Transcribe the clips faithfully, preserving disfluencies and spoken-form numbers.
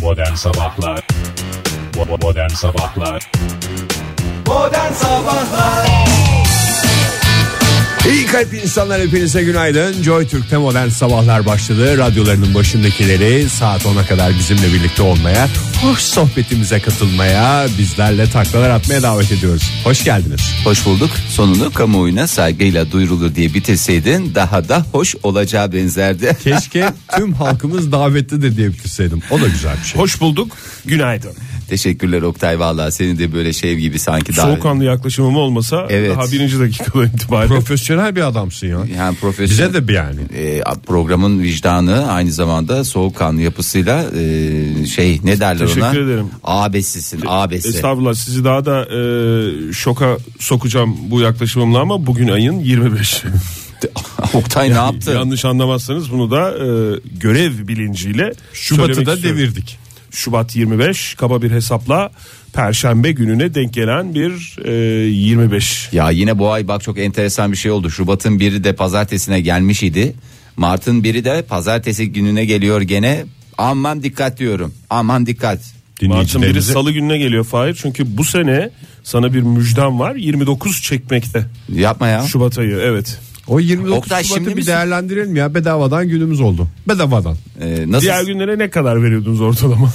Modern Sabahlar Modern Sabahlar Modern Sabahlar İyi kalp insanlar, hepinize günaydın. Joy Türk'te Modern Sabahlar başladı. Radyolarının başındakileri saat ona kadar bizimle birlikte olmaya, hoş sohbetimize katılmaya, bizlerle taklalar atmaya davet ediyoruz. Hoş geldiniz. Hoş bulduk. Sonunu kamuoyuna saygıyla duyurulur diye bitirseydin daha da hoş olacağı benzerdi. Keşke tüm halkımız davetlidir diye bitirseydim. O da güzel bir şey. Hoş bulduk. Günaydın. Teşekkürler Oktay, vallahi senin de böyle şey gibi sanki daha... Soğukkanlı yaklaşımım olmasa Evet. daha birinci dakikadan itibaren. Profesyonel bir adamsın ya. Yani profesyonel, bize de bir yani. E, programın vicdanı aynı zamanda soğukkanlı yapısıyla e, şey ne derler Teşekkür ona? Teşekkür ederim. Abesisin, abesi. Estağfurullah, sizi daha da e, şoka sokacağım bu yaklaşımımla ama bugün ayın yirmi beşi. Oktay Yani ne yaptı? Yanlış anlamazsanız bunu da e, görev bilinciyle Şubat'ı da istiyorum. devirdik. Şubat yirmi beş, kaba bir hesapla Perşembe gününe denk gelen bir e, yirmi beş. Ya yine bu ay bak çok enteresan bir şey oldu. Şubat'ın biri de pazartesine gelmiş idi. Mart'ın biri de pazartesi gününe geliyor gene. Aman dikkat diyorum. Aman dikkat. Mart'ın biri Dinleyicilerimize- salı gününe geliyor Fahir. Çünkü bu sene sana bir müjdem var. yirmi dokuz çekmekte Yapma ya. Şubat ayı, evet. O yirmi dokuz Oktay, Şubat'ı şimdi bir biz- değerlendirelim ya. Bedavadan günümüz oldu. Bedavadan. Ee, nasıl? Diğer günlere ne kadar veriyordunuz ortalama?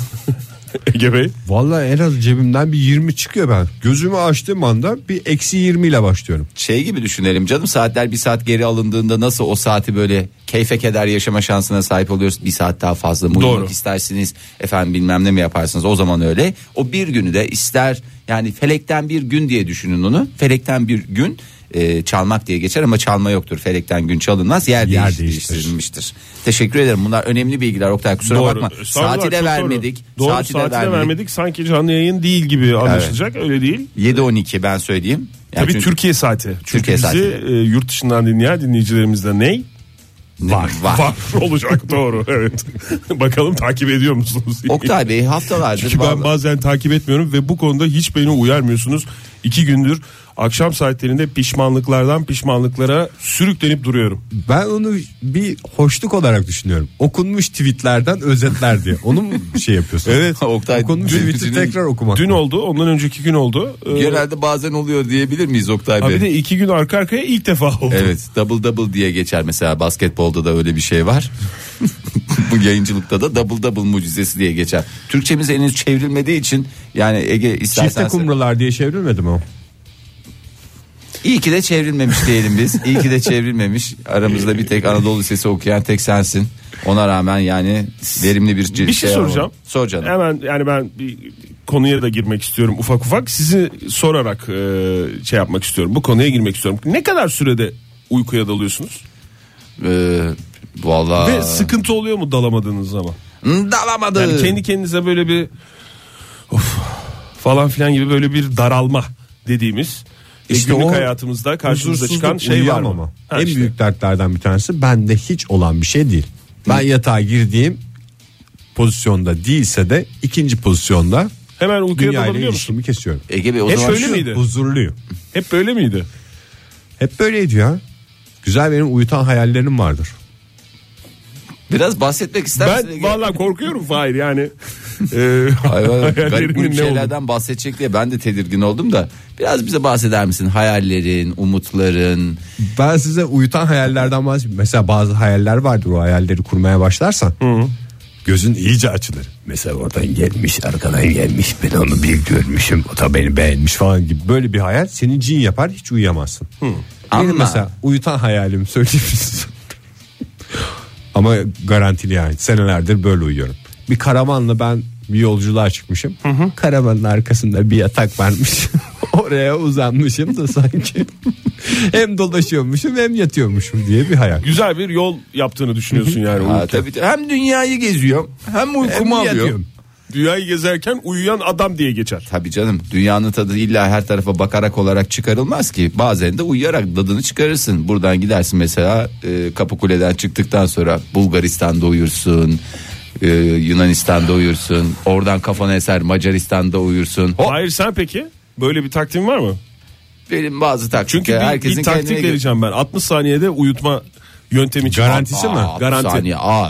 Ege Bey. Vallahi en az cebimden bir yirmi çıkıyor ben. Gözümü açtığım anda bir eksi yirmi ile başlıyorum. Şey gibi düşünelim canım, saatler bir saat geri alındığında nasıl o saati böyle keyfe keder yaşama şansına sahip oluyoruz. Bir saat daha fazla mı uyumak Doğru. istersiniz, efendim bilmem ne mi yaparsınız, o zaman öyle. O bir günü de ister yani felekten bir gün diye düşünün onu. Felekten bir gün e, çalmak diye geçer ama çalma yoktur. Felekten gün çalınmaz, yer, Yer değiş- değiştirir. değiştirilmiştir. Teşekkür ederim, bunlar önemli bilgiler Oktay, kusura Doğru. bakma. Estağfurullah, Saati de çok vermedik. Doğru, doğru saati, saati, de vermedik. vermedik. Sanki canlı yayın değil gibi anlaşılacak, öyle değil. yedi on iki ben söyleyeyim. Yani Tabii çünkü- Türkiye saati. Çünkü Türkiye bizi saati. e, yurt dışından dinleyen dinleyicilerimizde ney? var. Var olacak, doğru, evet. Bakalım takip ediyor musunuz? Oktay Bey haftalardır Çünkü ben vallahi- bazen takip etmiyorum ve bu konuda hiç beni uyarmıyorsunuz. İki gündür akşam saatlerinde pişmanlıklardan pişmanlıklara sürüklenip duruyorum. Ben onu bir hoşluk olarak düşünüyorum. Okunmuş tweetlerden özetler diye. Onu mu şey yapıyorsun? Evet. Oktay, Okunmuş dün- tweet'i dün- tekrar okumak. Dün oldu, ondan önceki gün oldu. Ee, Genelde bazen oluyor diyebilir miyiz Oktay ha Bey? bir de iki gün arka arkaya ilk defa oldu. Evet, double double diye geçer mesela, basketbolda da öyle bir şey var. Bu yayıncılıkta da double double mucizesi diye geçer. Türkçemiz henüz çevrilmediği için yani Ege istersen Çifte kumrular diye çevrilmedi mi o? iyi ki de çevrilmemiş diyelim biz. İyi ki de çevrilmemiş. Aramızda bir tek Anadolu Lisesi okuyan tek sensin. Ona rağmen yani verimli bir Bir şey soracağım. alalım. Sor canım. Hemen yani ben bir konuya da girmek istiyorum ufak ufak. Sizi sorarak e, şey yapmak istiyorum. Bu konuya girmek istiyorum. Ne kadar sürede uykuya dalıyorsunuz? Ee, vallahi Ve sıkıntı oluyor mu dalamadığınız zaman? dalamadı. Yani kendi kendinize böyle bir of falan filan gibi böyle bir daralma dediğimiz İşte günlük o hayatımızda karşımıza Huzursuzluk, çıkan şey var mı? uyuyamama. Ha En işte. büyük dertlerden bir tanesi bende hiç olan bir şey değil. Ben yatağa girdiğim pozisyonda değilse de ikinci pozisyonda Hemen uykuya dünyayla dalabiliyor musun? ilişkimi kesiyorum. Ege Bey o Hep zaman öyle şu- miydi? Huzurluyum. Hep böyle miydi? Hep böyleydi ya. Güzel, benim uyutan hayallerim vardır. biraz bahsetmek ister misin Ben Ege? vallahi korkuyorum Fahir yani. e, Hayvan, garip hayallerimin grup ne şeylerden bahsedecek diye ben de tedirgin oldum da biraz bize bahseder misin? Hayallerin, umutların. Ben size uyutan hayallerden bahsedeyim. Mesela bazı hayaller vardır, o hayalleri kurmaya başlarsan gözün iyice açılır. Mesela oradan gelmiş, arkadan gelmiş, ben onu bir görmüşüm, o da beni beğenmiş falan gibi. Böyle bir hayal seni cin yapar, hiç uyuyamazsın. Benim Ama- mesela uyutan hayalim söyleyeyim size. Ama garantili yani, senelerdir böyle uyuyorum. Bir karavanla ben bir yolculuğa çıkmışım. Karavanın arkasında bir yatak varmış. Oraya uzanmışım da sanki hem dolaşıyormuşum hem yatıyormuşum diye bir hayal. Güzel bir yol yaptığını düşünüyorsun yani. Ha, uyurken. tabii, hem dünyayı geziyorum hem Hem uykumu alıyorum. yatıyorum. Dünyayı gezerken uyuyan adam diye geçer. Tabii canım, dünyanın tadı illa her tarafa bakarak olarak çıkarılmaz ki. Bazen de uyuyarak tadını çıkarırsın. Buradan gidersin mesela e, Kapıkule'den çıktıktan sonra Bulgaristan'da uyursun. e, Yunanistan'da uyursun. Oradan kafana eser Macaristan'da uyursun. Hop, Hayır, sen peki? Böyle bir taktiğin var mı? benim bazı taktikler. Çünkü bir, herkesin bir taktik kendine göre- vereceğim ben. altmış saniyede uyutma yöntemi çıktı. Garantisi mi? Aa, Garanti. saniye az.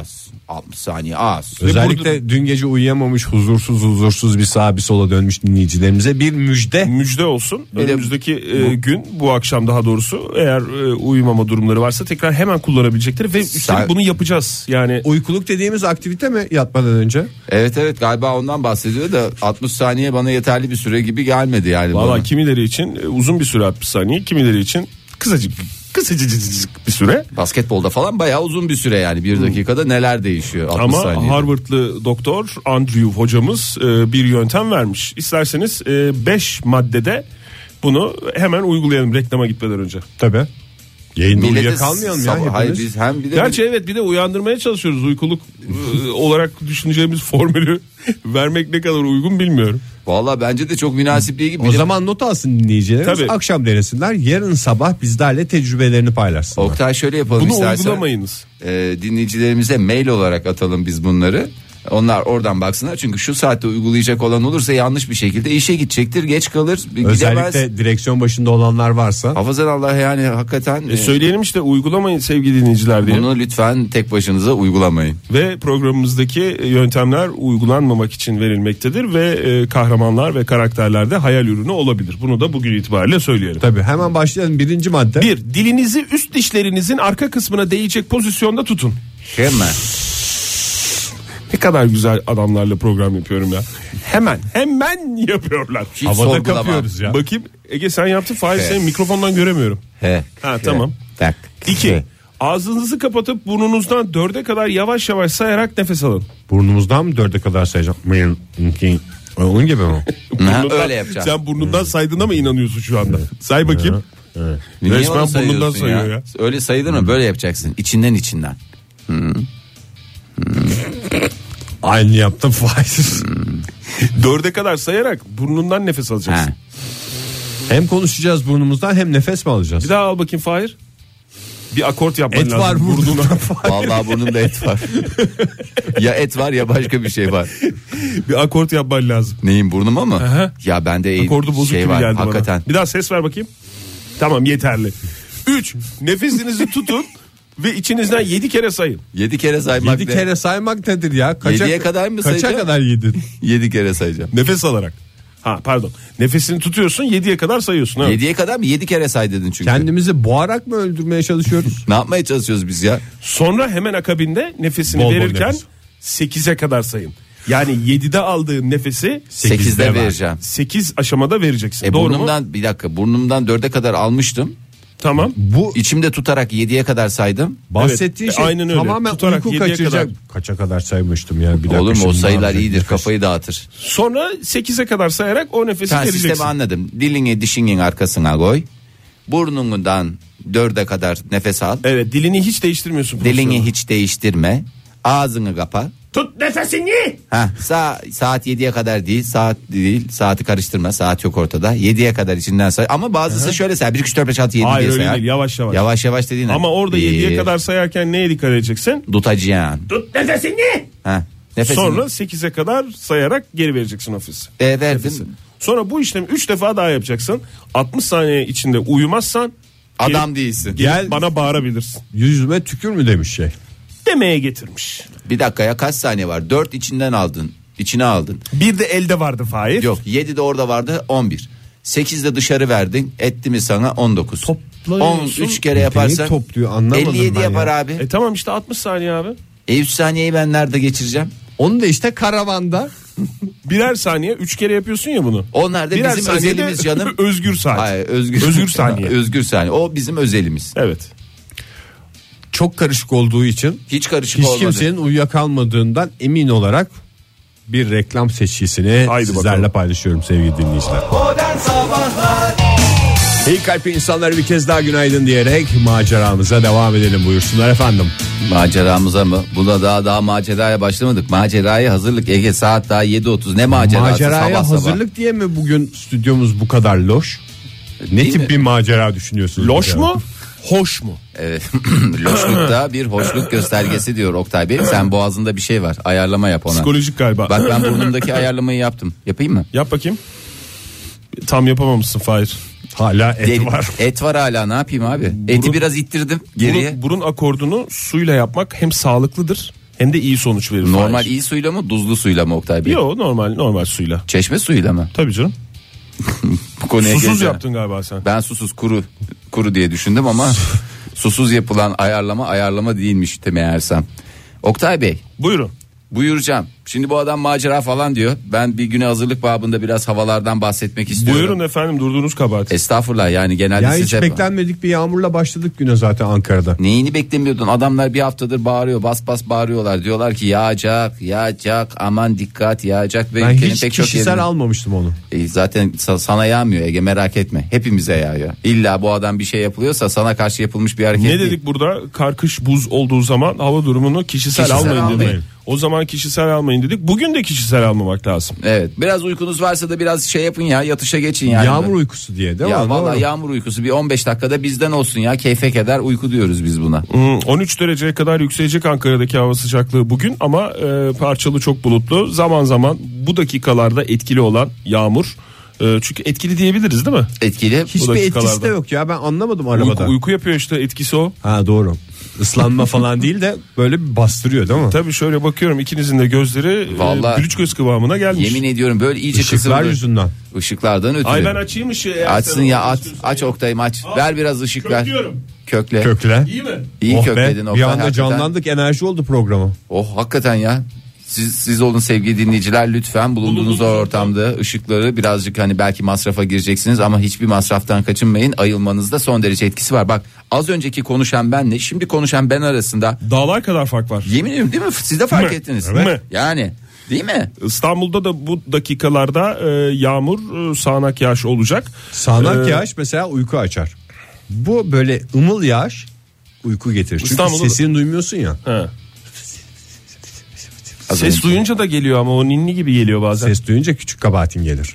altmış saniye az. Özellikle dün gece uyuyamamış, huzursuz huzursuz bir sağa bir sola dönmüş dinleyicilerimize bir müjde. Müjde olsun. Bir de Önümüzdeki e, bu- gün, bu akşam daha doğrusu, eğer e, uyumama durumları varsa tekrar hemen kullanabilecekleri ve üstelik Sa- bunu yapacağız. Yani Uykuluk dediğimiz aktivite mi yatmadan önce? Evet evet galiba ondan bahsediyor da altmış saniye bana yeterli bir süre gibi gelmedi yani. valla bana. kimileri için e, uzun bir süre altmış saniye, kimileri için kısacık kısacık bir süre. Basketbolda falan bayağı uzun bir süre yani bir dakikada neler değişiyor altmış Ama saniyede. Harvardlı doktor Andrew hocamız e, bir yöntem vermiş. İsterseniz beş maddede bunu hemen uygulayalım reklama gitmeden önce. Tabii. Yayında Millete uyuyakalmayalım ya. sabah- Hayır hepimiz. biz hem bir de Gerçi evet, bir de uyandırmaya çalışıyoruz. Uykuluk e, olarak düşüneceğimiz formülü vermek ne kadar uygun bilmiyorum. valla bence de çok münasip değil gibi. O Bir de- zaman not alsın dinleyicilerimiz. Tabii. Akşam denesinler. Yarın sabah bizlerle tecrübelerini paylaşsınlar. Oktay şöyle yapalım Bunu istersen. uygulamayınız. e, dinleyicilerimize mail olarak atalım biz bunları. Onlar oradan baksınlar çünkü şu saatte uygulayacak olan olursa yanlış bir şekilde işe gidecektir, geç kalır, gidemez. Özellikle direksiyon başında olanlar varsa. Hafızan Allah yani hakikaten E, söyleyelim işte, uygulamayın sevgili dinleyiciler diye. bunu lütfen tek başınıza uygulamayın. Ve programımızdaki yöntemler uygulanmamak için verilmektedir ve e, kahramanlar ve karakterler de hayal ürünü olabilir. Bunu da bugün itibariyle söyleyelim. Tabii hemen başlayalım. Birinci madde. Bir, dilinizi üst dişlerinizin arka kısmına değecek pozisyonda tutun. Hemen. Ne kadar güzel adamlarla program yapıyorum ya. Hemen hemen yapıyorlar. Hiç Havada sorgulama. kapıyoruz ya. Bakayım Ege, sen yaptın. Fahir, He. senin mikrofondan göremiyorum. He. Ha, tamam. Tak. İki, ağzınızı kapatıp burnunuzdan dörde kadar yavaş yavaş sayarak nefes alın. Burnumuzdan mı dörde kadar sayacağım? Onun gibi mi? Ha, Burnundan- öyle yapacağım. Sen burnundan saydığına mı inanıyorsun şu anda? Say bakayım. Niye Resmen onu sayıyorsun burnundan sayıyor ya. Öyle sayılır mı? Böyle yapacaksın. İçinden içinden. Aynı yaptım Faiz. Dörde kadar sayarak burnundan nefes alacaksın. Ha. Hem konuşacağız burnumuzdan hem nefes mi alacağız? Bir daha al bakayım Fahir. Bir akort yapman Et lazım. var burnunda. Vallahi burnumda et var. Ya et var ya başka bir şey var. Bir akort yapman lazım. Neyin burnuma mı? Aha. Ya bende Akordu bozuk şey gibi var geldi hakikaten. bana. Bir daha ses ver bakayım. Tamam, yeterli. Üç, nefesinizi tutun ve içinizden yedi kere sayın. Yedi kere saymak Yedi ne? kere saymak nedir ya? Kaça, Yediye kadar mı Kaça sayacağım? kadar yedin? Yedi kere sayacağım. Nefes alarak. Ha pardon. Nefesini tutuyorsun, yediye kadar sayıyorsun. Evet. Yediye kadar mı? Yedi kere say dedin çünkü. Kendimizi boğarak mı öldürmeye çalışıyoruz? Ne yapmaya çalışıyoruz biz ya? Sonra hemen akabinde nefesini Bol bol verirken nefes. sekize kadar sayın. Yani yedide aldığın nefesi Sekizde ver. vereceğim. sekiz aşamada vereceksin. E Doğru mu? burnumdan bir dakika burnumdan dörde kadar almıştım. Tamam. Bu İçimde tutarak yediye kadar saydım. bahsettiğin Evet, şey aynen öyle. tamamen Tutarak uyku yediye kaçıracak. kadar. Kaça kadar saymıştım ya? Bir dakika, Olur mu? O şimdi sayılar alacak iyidir. nefes. Kafayı dağıtır. Sonra sekize kadar sayarak o nefesi Sen vereceksin. sistemi anladım. Dilini dişinin arkasına koy. Burnundan dörde kadar nefes al. Evet, dilini hiç değiştirmiyorsun. Dilini pozisyonu. hiç değiştirme. Ağzını kapa. Tut nefesini. Ha, sa saat yediye kadar değil, saat değil, saati karıştırma, saat yok ortada. yediye kadar içinden say. Ama bazısı şöyle say, bir iki üç dört beş altı yedi Hayır, diye öyle sayar. değil, yavaş yavaş. Yavaş yavaş dediğin. Ama orada Bir, yediye kadar sayarken neye dikkat edeceksin? tutacaksın. Tut nefesini. Ha, nefesini. Sonra sekize kadar sayarak geri vereceksin nefesi. e, verdin. Sonra bu işlemi üç defa daha yapacaksın. altmış saniye içinde uyumazsan Adam gelip- değilsin. gelip Gel- bana bağırabilirsin. Yüzüme tükür mü demiş şey. Demeye getirmiş. Bir dakika ya, kaç saniye var? Dört içinden aldın. İçine aldın. Bir de elde vardı Fahir. Yok, yedi de orada vardı, on bir. sekiz de dışarı verdin. Etti mi sana on dokuz. on üç kere yaparsan Neyi topluyor anlamadım elli yedi ben yapar ya. abi. E tamam işte altmış saniye abi. E üç saniyeyi ben nerede geçireceğim? Onu da işte karavanda. Birer saniye üç kere yapıyorsun ya bunu. Onlar da Birer bizim saniyede özelimiz canım. Özgür saat. Hayır, özgür, Özgür saniye. özgür saniye. O bizim özelimiz. Evet. Çok karışık olduğu için Hiç karışık hiç olmadı. kimsenin uyuyakalmadığından emin olarak bir reklam seçkisini Haydi sizlerle bakalım. paylaşıyorum sevgili dinleyiciler. Modern Sabahlar İyi kalpli insanlara bir kez daha günaydın diyerek maceramıza devam edelim buyursunlar efendim. Maceramıza mı? Buna daha daha maceraya başlamadık. Maceraya hazırlık. Ege, saat daha yedi otuz. Ne macerası Maceraya sabah hazırlık sabah? diye mi bugün stüdyomuz bu kadar loş? Ne Değil tip mi? bir macera düşünüyorsunuz? Loş acaba? mu? Hoş mu? Evet. Loşlukta bir hoşluk göstergesi diyor Oktay Bey. Sen boğazında bir şey var. Ayarlama yap ona. Psikolojik galiba. Bak ben burnumdaki ayarlamayı yaptım. Yapayım mı? Yap bakayım. Tam yapamamışsın Fahir. Hala et Deli- var. Et var hala, ne yapayım abi? Eti Burun- biraz ittirdim geriye. Burun, burun akordunu suyla yapmak hem sağlıklıdır Hem de iyi sonuç verir. Normal Hayır. iyi suyla mı, tuzlu suyla mı Oktay Bey? Yok, normal normal suyla. Çeşme suyuyla mı? Tabii canım. Bu konuya Susuz geleceğim. yaptın galiba sen. Ben susuz kuru kuru diye düşündüm ama susuz yapılan ayarlama ayarlama değilmiş meğersem. Oktay Bey, Buyurun. buyuracağım. Şimdi bu adam macera falan diyor. Ben bir güne hazırlık babında biraz havalardan bahsetmek istiyorum. Buyurun efendim, durduğunuz kabahat. Estağfurullah, yani genelde Ya hiç siz hep... beklenmedik bir yağmurla başladık güne zaten Ankara'da. Neyini beklemiyordun? Adamlar bir haftadır bağırıyor, bas bas bağırıyorlar. Diyorlar ki yağacak, yağacak, aman dikkat, yağacak. Ve Ben ülkenin hiç pek çok kişisel yerinde- almamıştım onu. E, zaten sa- sana yağmıyor Ege, merak etme. Hepimize yağıyor. İlla bu adam bir şey yapılıyorsa sana karşı yapılmış bir hareket Ne değil. dedik burada? Kar, kış, buz olduğu zaman hava durumunu kişisel, Kişisel almayın, almayın. dedik. O zaman kişisel almayın dedik. Bugün de kişisel almamak lazım. Evet, biraz uykunuz varsa da biraz şey yapın ya, yatışa geçin yani. Yağmur uykusu diye değil mi? Ya vallahi Doğru. yağmur uykusu bir on beş dakikada bizden olsun ya, keyfe keder uyku diyoruz biz buna. Hmm, on üç dereceye kadar yükselecek Ankara'daki hava sıcaklığı bugün ama e, parçalı, çok bulutlu. Zaman zaman bu dakikalarda etkili olan yağmur. E, çünkü etkili diyebiliriz değil mi? Etkili. Hiçbir dakikalarda. etkisi de yok ya, ben anlamadım arabada. Uyku, uyku yapıyor işte, etkisi o. Ha doğru. Islanma falan değil de böyle bir bastırıyor değil mi? Tabii şöyle bakıyorum, ikinizin de gözleri Vallahi- e, gülüç göz kıvamına gelmiş. Yemin ediyorum böyle iyice Işıklar kısıldı. yüzünden. Işıklardan ötürü. Ay ben açayım ışığı. eğer Açsın sen ya, onu aç istiyorsan. aç Oktay'ım aç. Ver biraz ışık ver. Köklüyorum. Kökle. Kökle. İyi mi? İyi Oh be, kökledin Oktay. bir anda hakikaten. canlandık, enerji oldu programı. Oh hakikaten ya. Siz, siz olun sevgili dinleyiciler, lütfen bulunduğunuz Bulunduğunuz ortamda ışıkları birazcık, hani belki masrafa gireceksiniz ama hiçbir masraftan kaçınmayın. Ayılmanızda son derece etkisi var. Bak, az önceki konuşan benle şimdi konuşan ben arasında Dağlar kadar fark var. yemin ediyorum, değil mi? Siz de fark Mi? ettiniz. Evet. Yani değil mi? İstanbul'da da bu dakikalarda e, yağmur, e, sağanak yağış olacak. Sağanak Ee, yağış mesela uyku açar. Bu böyle ımıl yağış uyku getirir. Çünkü İstanbul'da da- sesini duymuyorsun ya. He. Az Ses önce. duyunca da geliyor ama o ninni gibi geliyor bazen. Ses duyunca küçük kabahatin gelir.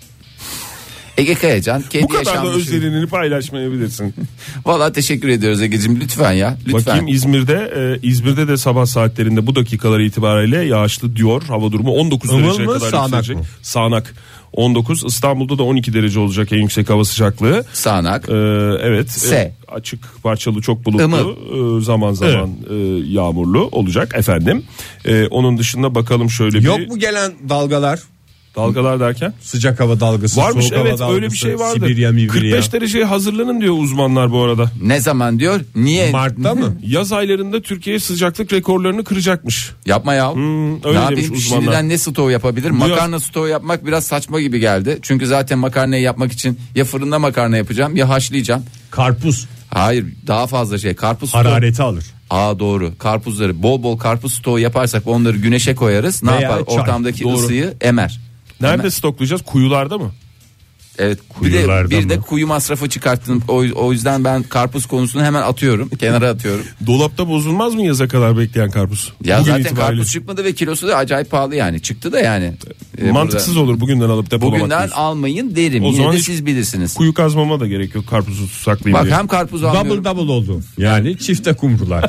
Ege Kayacan kendi Bu kadar da yaşanmışı. özelini paylaşmayabilirsin. Valla teşekkür ediyoruz Ege'cim, lütfen ya. Lütfen. Bakayım İzmir'de e, İzmir'de de sabah saatlerinde bu dakikalar itibariyle yağışlı diyor. Hava durumu on dokuz Imıl dereceye mı, kadar sağanak yükselecek. mı? Sağanak. on dokuz. İstanbul'da da on iki derece olacak en yüksek hava sıcaklığı. Sağanak. Ee, evet. S. e, açık, parçalı, çok bulutlu. Imıl. e, zaman zaman e, yağmurlu olacak efendim. E, onun dışında bakalım şöyle Yok bir mu gelen dalgalar? dalgalar derken. Sıcak hava dalgası, Varmış, soğuk hava evet, dalgası, öyle bir şey vardı. Sibirya, Mibirya. kırk beş dereceye hazırlanın diyor uzmanlar bu arada. Ne zaman diyor? Niye? Mart'ta mı? Yaz aylarında Türkiye sıcaklık rekorlarını kıracakmış. Yapma ya. Hmm, ne öyle demiş yapayım? uzmanlar. Şimdiden ne stoğu yapabilir? Bu Makarna stoğu yapmak biraz saçma gibi geldi. Çünkü zaten makarnayı yapmak için ya fırında makarna yapacağım ya haşlayacağım. Karpuz Hayır, daha fazla şey. Karpuz stoğu. harareti alır. Aa doğru. Karpuzları bol bol karpuz stoğu yaparsak onları güneşe koyarız. Ne Veya yapar? çay. Ortamdaki Doğru. ısıyı emer. Nerede Emer. stoklayacağız? Kuyularda mı? Evet. Bir de, Kuyulardan bir de mı? kuyu masrafı çıkarttın. O, o yüzden ben karpuz konusunu hemen atıyorum. Kenara atıyorum. Dolapta bozulmaz mı yaza kadar bekleyen karpuz? Ya Bugün zaten itibariyle. karpuz çıkmadı ve kilosu da acayip pahalı yani. Çıktı da yani. Ee, Mantıksız olur bugünden alıp burada- depolamak. Bugünden diyorsun. almayın derim. O Yine zaman de hiç siz bilirsiniz. Kuyu kazmama da gerek yok karpuzu saklayayım Bak diye. hem karpuz almıyorum. Double double oldu. Yani çifte kumrular.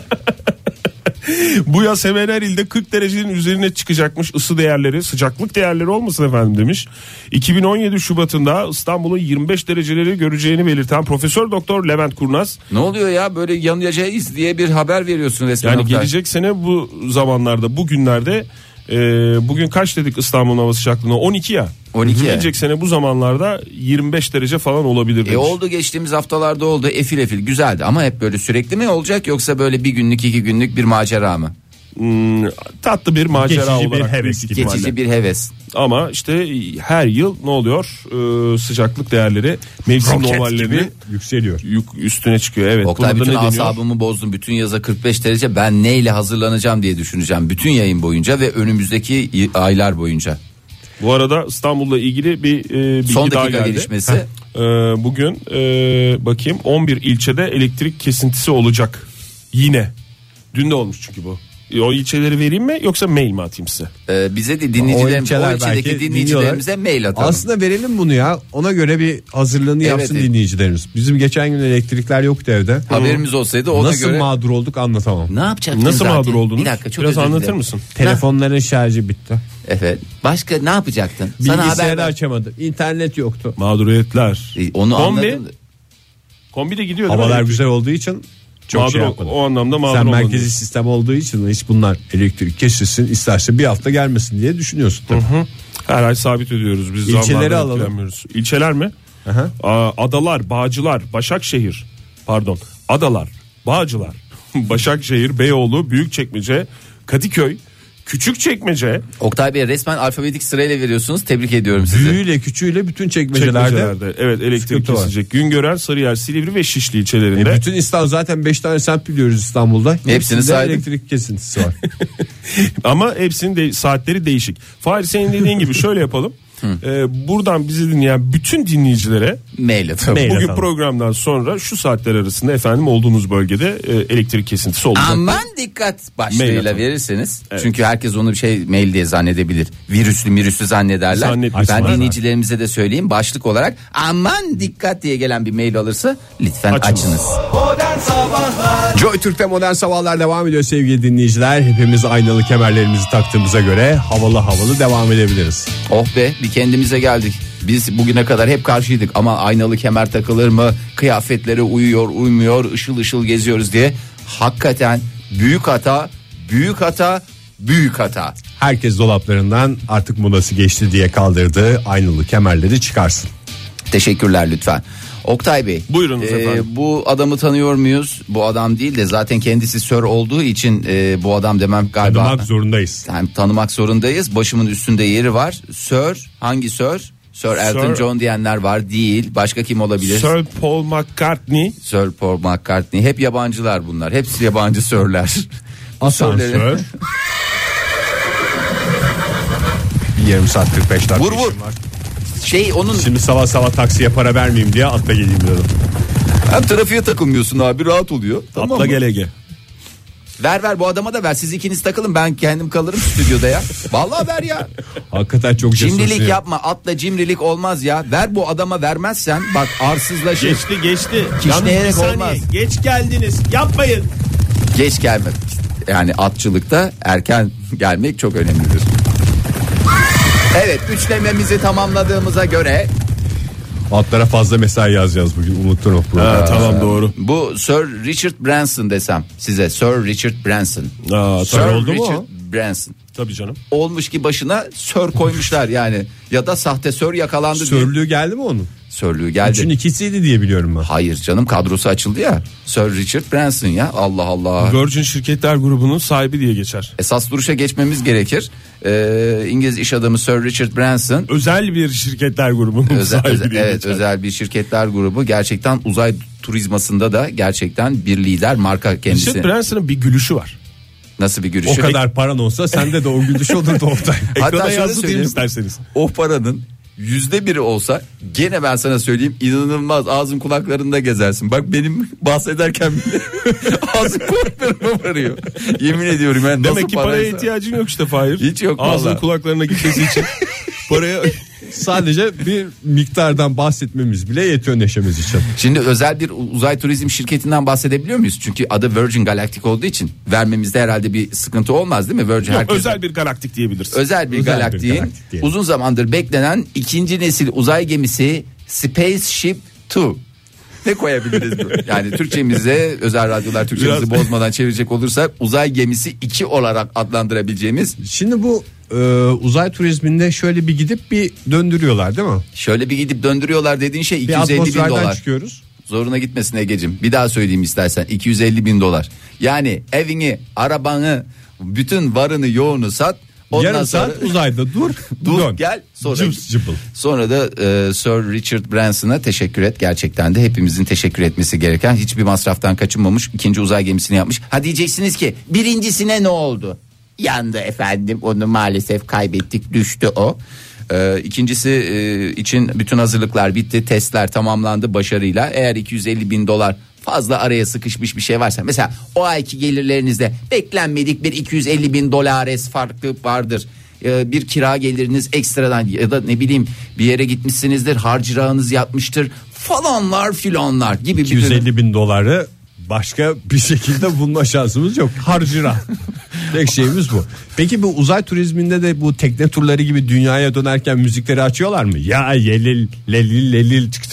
Bu yaz hemen her ilde kırk derecenin üzerine çıkacakmış ısı değerleri, sıcaklık değerleri olmasın efendim demiş. iki bin on yedi Şubat'ında İstanbul'un yirmi beş dereceleri göreceğini belirten Profesör Doktor Levent Kurnaz, Ne oluyor ya, böyle yanacağız diye bir haber veriyorsun resmen. yani Oktay. gelecek sene bu zamanlarda, bu günlerde, e, bugün kaç dedik İstanbul'un hava sıcaklığına? on iki ya. on iki. Gelecek sene bu zamanlarda yirmi beş derece falan olabilir demiş. E oldu, geçtiğimiz haftalarda oldu, efil efil güzeldi ama hep böyle sürekli mi olacak yoksa böyle bir günlük iki günlük bir macera mı? Hmm, tatlı bir macera Geçici bir olarak heves büyük gibi. ihtimalle. Geçici bir heves. Ama işte her yıl ne oluyor? Ee, sıcaklık değerleri mevsim Roket normallerinin gibi yükseliyor. yük üstüne çıkıyor. Evet. Oktay, Buna da bütün ne deniyor? asabımı bozdun. Bütün yaza kırk beş derece, ben neyle hazırlanacağım diye düşüneceğim. Bütün yayın boyunca ve önümüzdeki y- aylar boyunca. Bu arada İstanbul'la ilgili bir e, bilgi Son daha dakika geldi. gelişmesi. Ee, bugün e, bakayım on bir ilçede elektrik kesintisi olacak. Yine. Dün de olmuş çünkü bu. E, O ilçeleri vereyim mi yoksa mail mi atayım size? Ee, bize de dinleyicilerimiz, o, ilçeler ilçedeki belki dinleyicilerimize dinliyorlar. mail atalım. Aslında verelim bunu ya. Ona göre bir hazırlığını Evet, yapsın evet. dinleyicilerimiz. Bizim geçen gün elektrikler yoktu evde. Haberimiz olsaydı ona Nasıl göre. mağdur olduk anlatamam. Ne yapacaktın Nasıl zaten? mağdur oldunuz? Bir dakika, çok Biraz özür anlatır dilerim. mısın? Telefonların şarjı bitti. Evet. Başka ne yapacaktın? Sana haber Bilgisayarı ver. açamadım. İnternet yoktu. Mağduriyetler. E, Onu Kombi, anladım. kombi de gidiyor değil Havalar mi? güzel olduğu için Çok mağdur şey ol- yapmadım. o anlamda mağdur Sen olmadın. merkezi sistem olduğu için hiç bunlar elektrik kesilsin isterse bir hafta gelmesin diye düşünüyorsun tabii. Hı. Her ay sabit ödüyoruz biz. İlçeleri zamlardan alalım. etkilenmiyoruz. İlçeler mi? Aha. Aa, Adalar, Bağcılar, Başakşehir. Pardon. Adalar, Bağcılar, Başakşehir, Beyoğlu, Büyükçekmece, Kadıköy, Küçükçekmece. Oktay Bey resmen alfabetik sırayla veriyorsunuz. Tebrik ediyorum sizi. Büyüğüyle küçüğüyle bütün çekmecelerde. Çekmecelerde. Evet, elektrik sıkıntı var. kesilecek. Güngören, Sarıyer, Silivri ve Şişli ilçelerinde. E bütün İstanbul zaten beş tane semt biliyoruz İstanbul'da. Hepsinde saydım. elektrik kesintisi var. Ama hepsinin de saatleri değişik. Fahir senin dediğin gibi şöyle yapalım. Ee, buradan bizi dinleyen bütün dinleyicilere Mail atalım. Mail bugün atalım. programdan sonra şu saatler arasında efendim olduğunuz bölgede e, elektrik kesintisi olacak. Aman dikkat Mail başlığıyla atalım. verirseniz. Çünkü herkes onu bir şey mail diye zannedebilir. Virüslü mirüslü zannederler. Zannetmesinler. Ben dinleyicilerimize de söyleyeyim başlık olarak aman dikkat diye gelen bir mail alırsa lütfen Açınız. açınız. Modern Sabahlar Joy Türk'te modern sabahlar devam ediyor sevgili dinleyiciler. Hepimiz aynalı kemerlerimizi taktığımıza göre havalı havalı devam edebiliriz. Oh be bir kendimize geldik. Biz bugüne kadar hep karşıydık ama aynalı kemer takılır mı? Kıyafetlere uyuyor, uymuyor, ışıl ışıl geziyoruz diye. Hakikaten büyük hata, büyük hata, büyük hata. Herkes dolaplarından artık modası geçti diye kaldırdığı aynalı kemerleri çıkarsın. Teşekkürler lütfen. Oktay Bey. Buyurunuz efendim. Bu adamı tanıyor muyuz? Bu adam değil de zaten kendisi sör olduğu için e, bu adam demem galiba. Tanımak zorundayız. Yani tanımak zorundayız. Başımın üstünde yeri var. Sör, hangi sör? Sir Elton Sir- John diyenler var değil. Başka kim olabilir? Sir Paul McCartney. Sir Paul McCartney. Hep yabancılar bunlar. Hepsi yabancı sörler. Bu Asansör. sörlerin- Bir yarım saat kırk beş dakika Vur, vur. işim var. Şey onun Şimdi sabah sabah taksiye para vermeyeyim diye atla geleyim dedim. hem trafiğe takılmıyorsun abi rahat oluyor. Tamam Atla mı? gel Ege. Ver ver bu adama da ver. Siz ikiniz takılın ben kendim kalırım stüdyoda ya. Vallahi ver ya. Hakikaten çok cesursun. Cimrilik ya. yapma atla cimrilik olmaz ya. Ver bu adama vermezsen bak arsızlaşır. Geç, Geçti geçti. Kişneyerek Yalnız bir saniye, olmaz. geç geldiniz. Yapmayın. gelme. Yani atçılıkta erken gelmek çok önemlidir. Evet üçlememizi tamamladığımıza göre Atlara fazla mesai yazacağız bugün. Unutturma programı. Ha, tamam doğru. bu Sir Richard Branson desem size Sir Richard Branson. Aa, Sir tabii. oldu mu Richard o? Branson. Tabii canım. Olmuş ki başına Sir koymuşlar yani ya da sahte Sir yakalandı diye. Sörlüğü geldi mi onun? Sörlüğü geldi. Üçün ikisiydi diye biliyorum ben. Hayır canım kadrosu açıldı ya. Sir Richard Branson ya Allah Allah. Virgin Şirketler Grubu'nun sahibi diye geçer. Esas duruşa geçmemiz gerekir. Ee, İngiliz iş adamı Sir Richard Branson. Özel bir şirketler grubunun Özel, sahibi özel- diye evet geçer. özel bir şirketler grubu gerçekten uzay turizmasında da gerçekten bir lider marka kendisi. Richard Branson'ın bir gülüşü var. Nasıl bir O görüşü? kadar paran olsa sende de o gülüş olurdu Oktay. Hatta Ekrana şöyle yansıtayım söyleyeyim. isterseniz. O paranın yüzde biri olsa gene ben sana söyleyeyim inanılmaz ağzın kulaklarında gezersin. Bak benim bahsederken bile ağzım kulaklarıma varıyor. Yemin ediyorum yani nasıl Demek ki paraya paraysa- ihtiyacın yok işte Fahir. Hiç yok Ağzının vallahi. kulaklarına gitmesi için paraya Sadece bir miktardan bahsetmemiz bile yetiyor neşemiz için. Şimdi özel bir uzay turizm şirketinden bahsedebiliyor muyuz? Çünkü adı Virgin Galactic olduğu için vermemizde herhalde bir sıkıntı olmaz değil mi? Virgin yok, herkes- özel bir galaktik diyebilirsin. özel bir Özel bir galaktiğin galaktik diyelim. uzun zamandır beklenen ikinci nesil uzay gemisi Spaceship iki. Ne koyabiliriz bu? Yani Türkçemize özel radyolar Türkçemizi Biraz- bozmadan çevirecek olursak uzay gemisi iki olarak adlandırabileceğimiz Şimdi bu e, uzay turizminde şöyle bir gidip bir döndürüyorlar değil mi? şöyle bir gidip döndürüyorlar dediğin şey iki Bir yüz elli bin atmosferden dolar. çıkıyoruz. Zoruna gitmesin Egeciğim. Bir daha söyleyeyim istersen. iki yüz elli bin dolar. Yani evini, arabanı, bütün varını yoğunu sat. Ondan Yarım sonra saat uzayda dur. dur dön. gel. Sonra, Cıbs cıbıl. sonra da e, Sir Richard Branson'a teşekkür et. Gerçekten de hepimizin teşekkür etmesi gereken hiçbir masraftan kaçınmamış. İkinci uzay gemisini yapmış. Ha diyeceksiniz ki birincisine ne oldu? Yandı efendim. Onu maalesef kaybettik. Düştü o. Ee, ikincisi e, için bütün hazırlıklar bitti, testler tamamlandı başarıyla. Eğer iki yüz elli bin dolar fazla araya sıkışmış bir şey varsa, mesela o ayki gelirlerinizde beklenmedik bir iki yüz elli bin dolares farklı vardır. Ee, bir kira geliriniz ekstradan ya da ne bileyim bir yere gitmişsinizdir, harcırağınız yatmıştır falanlar filanlar gibi iki yüz bir elli bin doları başka bir şekilde bulma şansımız yok. Harcıra. Tek şeyimiz bu. Peki bu uzay turizminde de bu tekne turları gibi dünyaya dönerken müzikleri açıyorlar mı? Ya yelil lelil lelil çık çık çık çık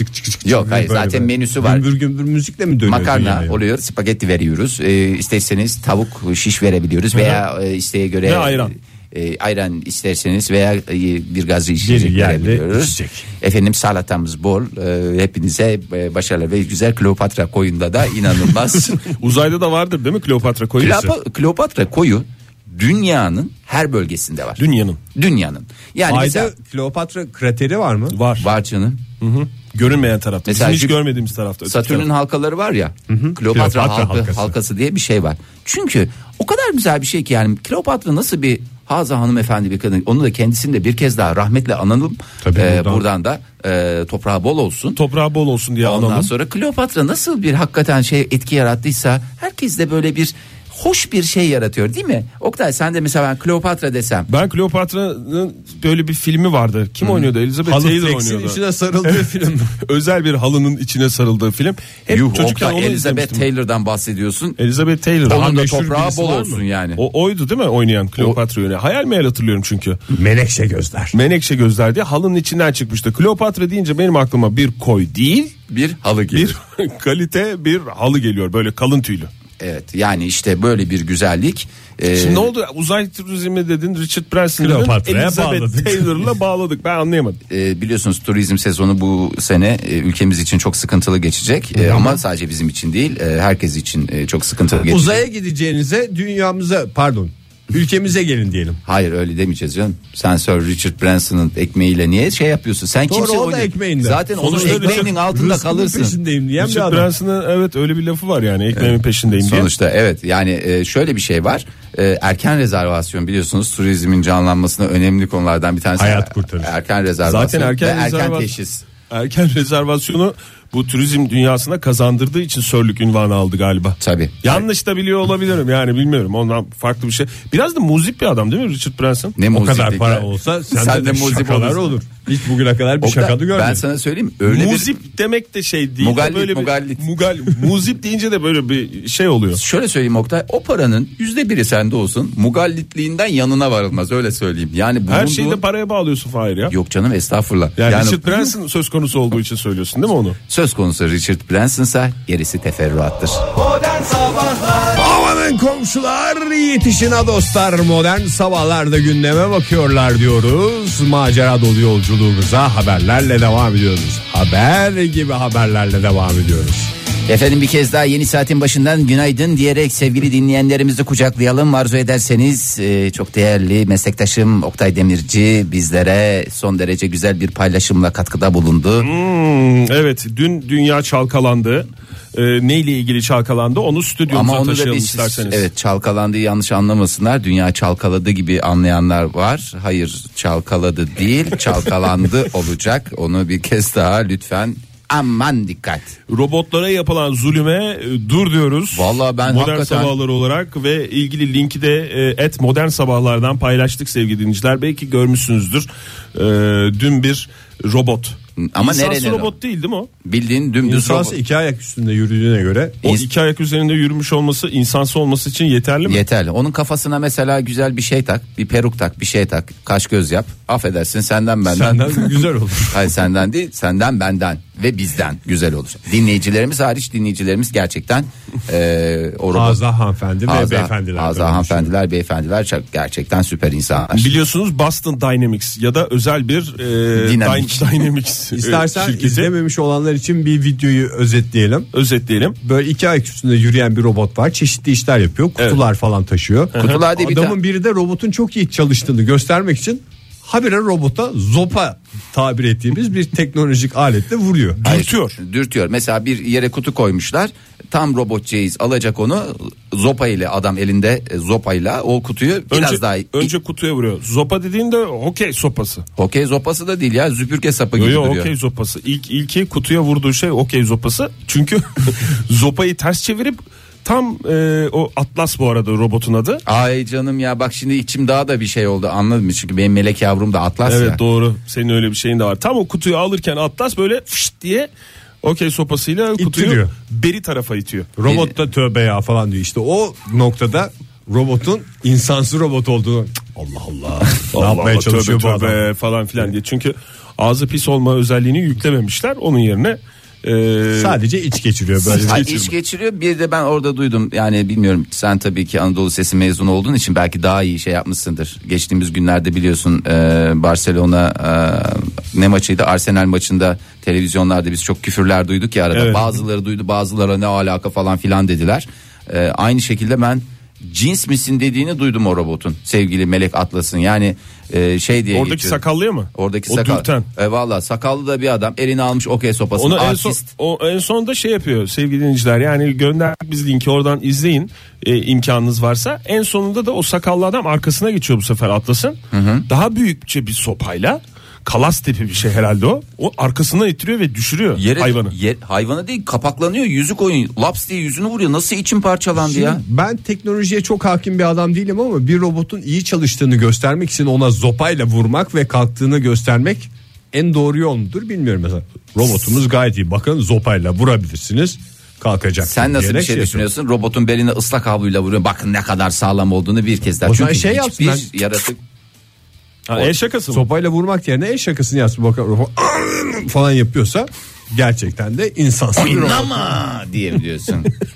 Yok hayır Böyle zaten böyle. menüsü var. Gümbür gümbür müzikle mi dönüyor? Makarna dünyaya? oluyor, spagetti veriyoruz. Ee, isterseniz tavuk şiş verebiliyoruz veya e, isteğe göre Ve ayran. E, ayran isterseniz veya e, bir gazlı içecek Bir yerli verebiliyoruz. içecek. Efendim salatamız bol. E, hepinize e, başarılar ve güzel Kleopatra koyunda da inanılmaz. Uzayda da vardır değil mi Kleopatra koyu? Kleop- Kleopatra koyu dünyanın her bölgesinde var. Dünyanın. Dünyanın. Yani Ayda mesela Kleopatra krateri var mı? Var. var canım. Görünmeyen tarafta. Mesela Bizim hiç Jüp- görmediğimiz tarafta. öteki Satürn'ün tarafta. halkaları var ya. Kleopatra, Kleopatra halkı, halkası. halkası diye bir şey var. Çünkü o kadar güzel bir şey ki yani Kleopatra nasıl bir haza hanımefendi bir kadın. Onu da kendisini de bir kez daha rahmetle analım. Tabii Ee, buradan. buradan da e, toprağı bol olsun. Toprağı bol olsun diye Ondan analım. sonra Kleopatra nasıl bir hakikaten şey etki yarattıysa herkes de böyle bir hoş bir şey yaratıyor değil mi? Oktay sen de mesela ben Kleopatra desem. Ben Kleopatra'nın böyle bir filmi vardı. Kim oynuyordu? Elizabeth Halı Taylor flex'in oynuyordu. içine sarıldığı film. Özel bir halının içine sarıldığı film. Hep Yuh, çocukken Oktay, onu Elizabeth izlemiştim. Taylor'dan bahsediyorsun. Elizabeth Taylor. Daha Onun da meşhur toprağı birisi bol var mı? olsun yani. O oydu değil mi oynayan Kleopatra yöne? Hayal meyal hatırlıyorum çünkü. Menekşe gözler. Menekşe gözler diye halının içinden çıkmıştı. Kleopatra deyince benim aklıma bir koy değil, Bir halı gelir. bir kalite bir halı geliyor. Böyle kalın tüylü. Evet yani işte böyle bir güzellik. Ee, Şimdi ne oldu? Uzay turizmi dedin, Richard Branson dedin, Kleopatra'ya Elizabeth bağladık. Taylor'la bağladık. Ben anlayamadım. e, biliyorsunuz turizm sezonu bu sene e, ülkemiz için çok sıkıntılı geçecek. E, ama sadece bizim için değil, e, herkes için e, çok sıkıntılı geçecek. Uzaya gideceğinize dünyamıza pardon ülkemize gelin diyelim. Hayır öyle demeyeceğiz canım. Sen Sir Richard Branson'ın ekmeğiyle niye şey yapıyorsun? Sen Doğru, kimse o da oynuyor. ekmeğinde. Zaten onun Sonuçta ekmeğinin Richard- altında Rızkımın kalırsın. peşindeyim diyen bir Richard adam. Branson'ın evet öyle bir lafı var yani ekmeğimin peşindeyim diye. Sonuçta evet yani e, şöyle bir şey var. E, erken rezervasyon biliyorsunuz turizmin canlanmasına önemli konulardan bir tanesi. Hayat kurtarır. Erken rezervasyon Zaten erken, ve erken rezervasyon- teşhis. Erken rezervasyonu bu turizm dünyasına kazandırdığı için sörlük ünvanı aldı galiba. Tabii. Yanlış da biliyor olabilirim yani bilmiyorum ondan farklı bir şey. Biraz da muzip bir adam değil mi Richard Branson? Ne O kadar muziplik para ya. olsa sende Sen de, muzip şakalar olursun. olur. Hiç bugüne kadar bir Oktay, şakadı görmedim. ben sana söyleyeyim öyle Muzip demek de şey değil. de Mugallit, böyle bir, mugallit. Mugal, muzip deyince de böyle bir şey oluyor. bir şöyle söyleyeyim Oktay o paranın yüzde biri sende olsun mugallitliğinden yanına varılmaz öyle söyleyeyim. Yani bulunduğun... Her şeyi de paraya bağlıyorsun Fahir ya. Yok canım estağfurullah. Yani, Yani, Richard Branson söz konusu olduğu için söylüyorsun değil mi onu? söz konusu Richard Branson'sa gerisi teferruattır. Modern Sabahlar Amanın komşular yetişin ha dostlar, modern sabahlarda gündeme bakıyorlar diyoruz. Macera dolu yolculuğumuza haberlerle devam ediyoruz. Haber gibi haberlerle devam ediyoruz. Efendim bir kez daha yeni saatin başından günaydın diyerek sevgili dinleyenlerimizi kucaklayalım. Arzu ederseniz e, çok değerli meslektaşım Oktay Demirci bizlere son derece güzel bir paylaşımla katkıda bulundu. Hmm, evet dün dünya çalkalandı. Ee, neyle ilgili çalkalandı onu stüdyomuza Ama onu da taşıyalım biz isterseniz. evet çalkalandığı yanlış anlamasınlar. Dünya çalkaladı gibi anlayanlar var. Hayır çalkaladı değil çalkalandı olacak. Onu bir kez daha lütfen aman dikkat. Robotlara yapılan zulüme e, dur diyoruz. Vallahi ben Modern hakikaten- Sabahlar olarak ve ilgili linki de e, et Modern Sabahlardan paylaştık sevgili dinleyiciler. Belki görmüşsünüzdür. E, dün bir robot. Ama İnsansız nerenin robot değil değil mi o? Bildiğin dümdüz İnsansı robot. iki ayak üstünde yürüdüğüne göre O İns- iki ayak üzerinde yürümüş olması insansı olması için yeterli mi? Yeterli. Onun kafasına mesela güzel bir şey tak, bir peruk tak, bir şey tak, kaş göz yap. Affedersin senden benden. senden güzel olur. Hayır senden değil, senden benden ve bizden güzel olur. Dinleyicilerimiz hariç dinleyicilerimiz gerçekten e, o robot. Ağza hanımefendi ve Ağza- beyefendiler. Ağza hanımefendiler, beyefendiler çok gerçekten süper insanlar. Biliyorsunuz Boston Dynamics ya da özel bir e, Dinamik. Dy- Dynamics e, İstersen şirketi. izlememiş olanlar için bir videoyu özetleyelim. Özetleyelim. Böyle iki ayak üstünde yürüyen bir robot var. Çeşitli işler yapıyor. Kutular falan taşıyor. Kutular diye bir Adamın ta- biri de robotun çok iyi çalıştığını göstermek için habire robota zopa tabir ettiğimiz bir teknolojik aletle vuruyor. Hayır, Dürtüyor. Dürtüyor. Mesela bir yere kutu koymuşlar. Tam robotceğiz alacak onu. Zopa ile adam elinde e, zopayla o kutuyu biraz Önce, daha önce kutuya vuruyor. Zopa dediğinde hokey sopası. Hokey zopası da değil ya süpürge sapı Yo gibi yo duruyor. okey zopası. İlk ilki kutuya vurduğu şey okey zopası. Çünkü zopayı ters çevirip tam e, o Atlas bu arada robotun adı. Ay canım ya bak şimdi içim daha da bir şey oldu anladın mı? Çünkü benim melek yavrum da Atlas Evet ya. doğru. Senin öyle bir şeyin de var. Tam o kutuyu alırken Atlas böyle fışt diye okey sopasıyla kutuyu İttiriyor. beri tarafa itiyor. Robot da tövbe ya falan diyor. İşte o noktada robotun insansı robot olduğunu Allah Allah. Ne Allah yapmaya Allah, çalışıyor tövbe bu adam? tövbe falan filan diye. Çünkü ağzı pis olma özelliğini yüklememişler. Onun yerine Ee, Sadece iç geçiriyor böyle. Ay, iç geçiriyor. Bir de ben orada duydum, yani bilmiyorum, sen tabii ki Anadolu Sesi mezunu olduğun için belki daha iyi şey yapmışsındır. Geçtiğimiz günlerde biliyorsun e, Barcelona e, ne maçıydı, Arsenal maçında televizyonlarda biz çok küfürler duyduk ya arada. Evet. Bazıları duydu, bazıları ne alaka falan filan dediler. E, aynı şekilde ben cins misin dediğini duydum o robotun, sevgili Melek Atlas'ın. Yani e, şey diye Oradaki geçiyor. sakallıya mı? Oradaki O sakal. dürten. E, valla sakallı da bir adam, elini almış okey sopasını, Onu en son, artist. o en sonunda şey yapıyor sevgili dinleyiciler, yani gönderdik biz linki, oradan izleyin e, imkanınız varsa. En sonunda da o sakallı adam arkasına geçiyor bu sefer Atlas'ın. Hı hı. Daha büyükçe bir sopayla, kalas tipi bir şey herhalde o. O arkasına itiriyor ve düşürüyor Yere, hayvanı. Yer, hayvanı değil, kapaklanıyor, yüzük oyun laps diye yüzünü vuruyor, nasıl içim parçalandı Şimdi ya. ben teknolojiye çok hakim bir adam değilim ama bir robotun iyi çalıştığını göstermek için ona zopayla vurmak ve kalktığını göstermek en doğru yol mudur bilmiyorum mesela. Robotumuz gayet iyi, bakın zopayla vurabilirsiniz, kalkacak. Sen nasıl bir diyerek şey şey düşünüyorsun? Robotun beline ıslak havluyla vuruyor, bakın ne kadar sağlam olduğunu bir kez daha. O zaman Çünkü şey hiçbir yapsın, ben- yaratık Ha, el şakası mı? Sopayla vurmak yerine el şakasını yapsın, bakın falan yapıyorsa gerçekten de insansız bir robot. oynama diye diyorsun.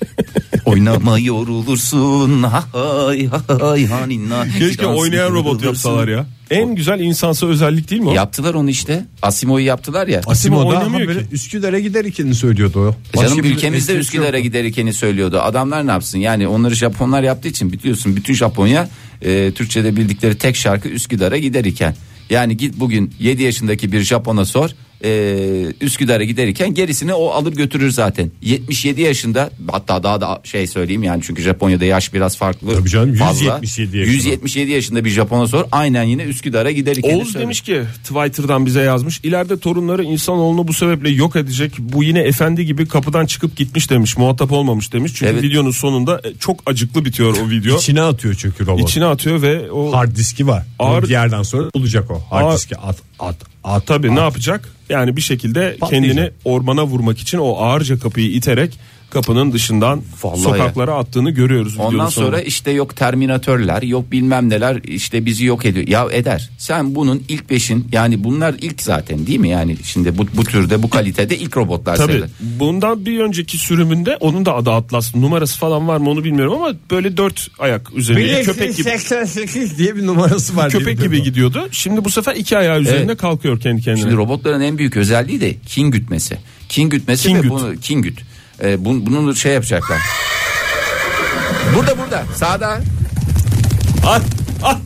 Oynama yorulursun. Ha hay ha hay haninna. Keşke oynayan robot yapsalar ya. En güzel insansı özellik değil mi o? Yaptılar onu işte. Asimo'yu yaptılar ya. Asimo da oynamıyor haberi ki. Üsküdar'a gider ikini söylüyordu o. Canım Başka bir ülkemizde esprisi Üsküdar'a yok. giderken söylüyordu. Adamlar ne yapsın? Yani onları Japonlar yaptığı için biliyorsun, bütün Japonya e, Türkçe'de bildikleri tek şarkı Üsküdar'a giderken. Yani git bugün yedi yaşındaki bir Japon'a sor. E, Üsküdar'a giderken gerisini o alır götürür zaten. yetmiş yedi yaşında, hatta daha da şey söyleyeyim yani, çünkü Japonya'da yaş biraz farklı. Tabii canım, yüz fazla. yetmiş yedi yaşında. yüz yetmiş yedi yaşında bir Japon'a sor. Aynen yine Üsküdar'a giderken. Oğuz demiş ki Twitter'dan bize yazmış. İleride torunları insanoğlunu bu sebeple yok edecek. Bu yine efendi gibi kapıdan çıkıp gitmiş demiş. Muhatap olmamış demiş. Çünkü Evet. videonun sonunda çok acıklı bitiyor o video. İçine atıyor çünkü robot. İçine atıyor ve o Hard diski var. Ağır- Ağır... Bir yerden sonra olacak o. Hard Ağır- diski at at at. tabii at. ne yapacak? Yani bir şekilde Patlayacak. kendini ormana vurmak için o ağırca kapıyı iterek kapının dışından Vallahi sokaklara attığını görüyoruz. Ondan videonun sonra sonunda. işte yok terminatörler, yok bilmem neler, işte bizi yok ediyor. Ya eder. Sen bunun ilk beşin, yani bunlar ilk zaten değil mi? Yani şimdi bu, bu türde, bu kalitede ilk robotlar Tabii sayılır. bundan bir önceki sürümünde onun da adı Atlas, numarası falan var mı onu bilmiyorum ama böyle dört ayak üzerinde köpek gibi seksen sekiz diye bir numarası var. köpek gibi gidiyordu. Şimdi bu sefer iki ayağı üzerinde Evet. kalkıyor kendi kendine. Şimdi robotların en büyük özelliği de kin gütmesi. Kin gütmesi Kin ve güt. bunu kin güt. Ee, bun, bunun şey yapacaklar. Burada burada sağda. Ah, ah.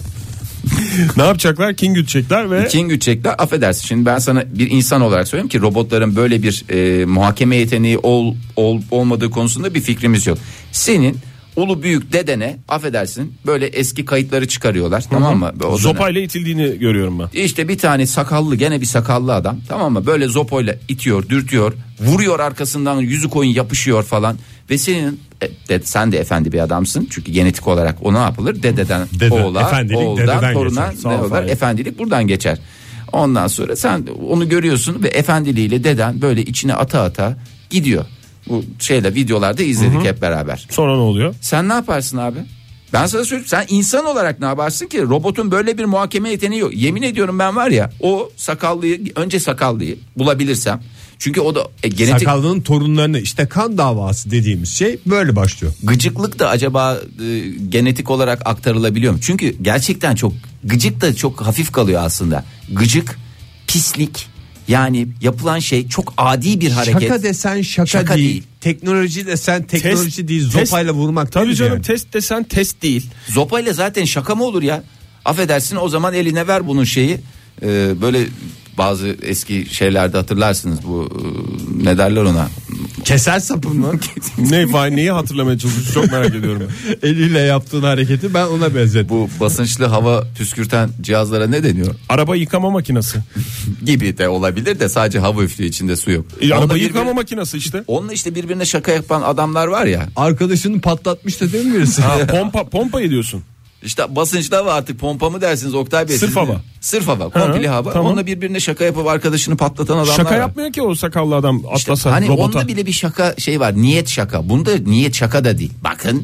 Ne yapacaklar? King gütecekler ve Kin gütecekler. Affedersin, şimdi ben sana bir insan olarak söyleyeyim ki robotların böyle bir e, muhakeme yeteneği ol, ol olmadığı konusunda bir fikrimiz yok. Senin ulu büyük dedene, affedersin, böyle eski kayıtları çıkarıyorlar, tamam mı? O dönem. zopayla itildiğini görüyorum ben. İşte bir tane sakallı, gene bir sakallı adam, tamam mı? Böyle zopoyla itiyor, dürtüyor, vuruyor arkasından, yüzü koyun yapışıyor falan. Ve senin e, de, sen de efendi bir adamsın çünkü genetik olarak o ne yapılır? Dededen Dede, oğula, efendilik oğuldan dededen toruna geçer. Sağ ne ol olur? Fahir. Efendilik buradan geçer. Ondan sonra sen onu görüyorsun ve efendiliğiyle deden böyle içine ata ata gidiyor. Bu şeyle videolarda izledik hep beraber. Sonra ne oluyor? Sen ne yaparsın abi? Ben sana söyleyeyim, sen insan olarak ne yaparsın ki? Robotun böyle bir muhakeme yeteneği yok. Yemin ediyorum ben var ya, o sakallıyı, önce sakallıyı bulabilirsem. Çünkü o da e, genetik Sakallının torunlarını, işte kan davası dediğimiz şey böyle başlıyor. gıcıklık da acaba e, genetik olarak aktarılabiliyor mu? Çünkü gerçekten çok gıcık da çok hafif kalıyor aslında. Gıcık, pislik, yani yapılan şey çok adi bir hareket. Şaka desen şaka, Şaka değil. değil. Teknoloji desen teknoloji Test- değil. test- Zopayla vurmak Tabii değil canım yani. test desen test değil. Zopayla zaten şaka mı olur ya? Affedersin, o zaman eline ver bunun şeyi. Ee, böyle bazı eski şeylerde hatırlarsınız, bu e, ne derler ona? Keser sapın mı? ne vay neyi hatırlamaya çalışıyorsun çok merak ediyorum. ben. Eliyle yaptığın hareketi ben ona benzettim. Bu basınçlı hava püskürten cihazlara ne deniyor? Araba yıkama makinesi. Gibi de olabilir de sadece hava üflüyor, içinde su yok. E, Onunla araba birbirine- yıkama makinesi işte. Onunla işte birbirine şaka yapan adamlar var ya. Arkadaşını patlatmış da değil mi birisi? Ha, pompa pompa ediyorsun. İşte basınçlı hava, artık pompa mı dersiniz Oktay Bey? Sırf siz hava. mi? Sırf hava, komple Hı, hava. tamam. Onunla birbirine şaka yapıp arkadaşını patlatan adamlar Şaka var. yapmıyor ki o sakallı adam İşte Atlas'a, hani robota. onda bile bir şaka şey var, niyet şaka. Bunda niyet şaka da değil. Bakın.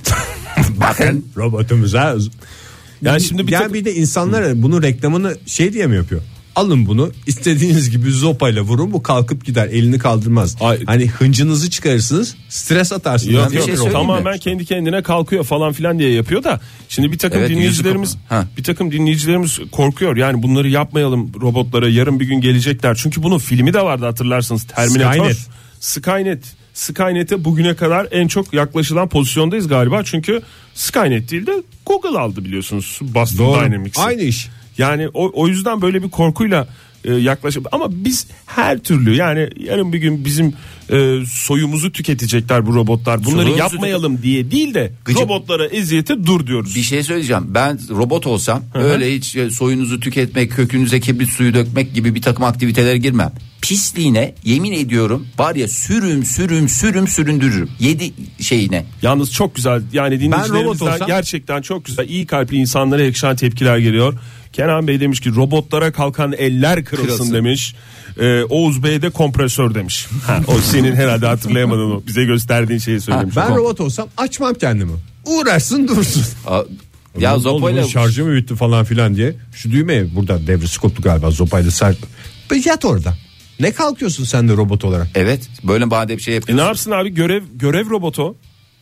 Bakın. Robotumuza. Yani şimdi bir yani tek- bir de insanlar bunu reklamını şey diye mi yapıyor? Alın bunu, istediğiniz gibi zopayla vurun, bu kalkıp gider, elini kaldırmaz. Ay. Hani hıncınızı çıkarırsınız, stres atarsınız. Yok, Yani bir şey yok, söyleyeyim tamamen mi? kendi kendine kalkıyor falan filan diye yapıyor da şimdi bir takım Evet, dinleyicilerimiz yüzü kapa- Ha. bir takım dinleyicilerimiz korkuyor. Yani bunları yapmayalım robotlara, yarın bir gün gelecekler. Çünkü bunun filmi de vardı, hatırlarsınız. Terminator. Skynet. Skynet. Skynet'e bugüne kadar en çok yaklaşılan pozisyondayız galiba. Çünkü Skynet değil de Google aldı biliyorsunuz. Boston Doğru. Dynamics'i. Aynı iş. Yani o, o yüzden böyle bir korkuyla e, yaklaşıp, ama biz her türlü, yani yarın bir gün bizim e, soyumuzu tüketecekler bu robotlar. Bunları Soyumuzu yapmayalım diye değil de Gıcık. robotlara eziyete dur diyoruz. Bir şey söyleyeceğim. Ben robot olsam öyle hiç soyunuzu tüketmek, kökünüze kibrit suyu dökmek gibi bir takım aktivitelere girmem. Pisliğine yemin ediyorum var ya, sürüm sürüm sürüm süründürürüm. Yedi şeyine. Yalnız çok güzel, yani robot dinleyicilerimizden olsam- gerçekten çok güzel, iyi kalpli insanlara yakışan tepkiler geliyor. Kenan Bey demiş ki robotlara kalkan eller kırılsın, Kırılsın. demiş. Ee, Oğuz Bey de kompresör demiş. Ha, o senin herhalde hatırlayamadığın, o bize gösterdiğin şeyi söylemiş. Ben O- robot olsam açmam kendimi. Uğraşsın dursun. Aa, ya zopayla şarjı mı bitti falan filan diye. Şu düğmeye, burada devresi koptu galiba, zopayla sert. Bir yat orada. Ne kalkıyorsun sen de robot olarak? evet, böyle madem bir şey E yapıyorsun. ne yapsın abi, görev görev robotu.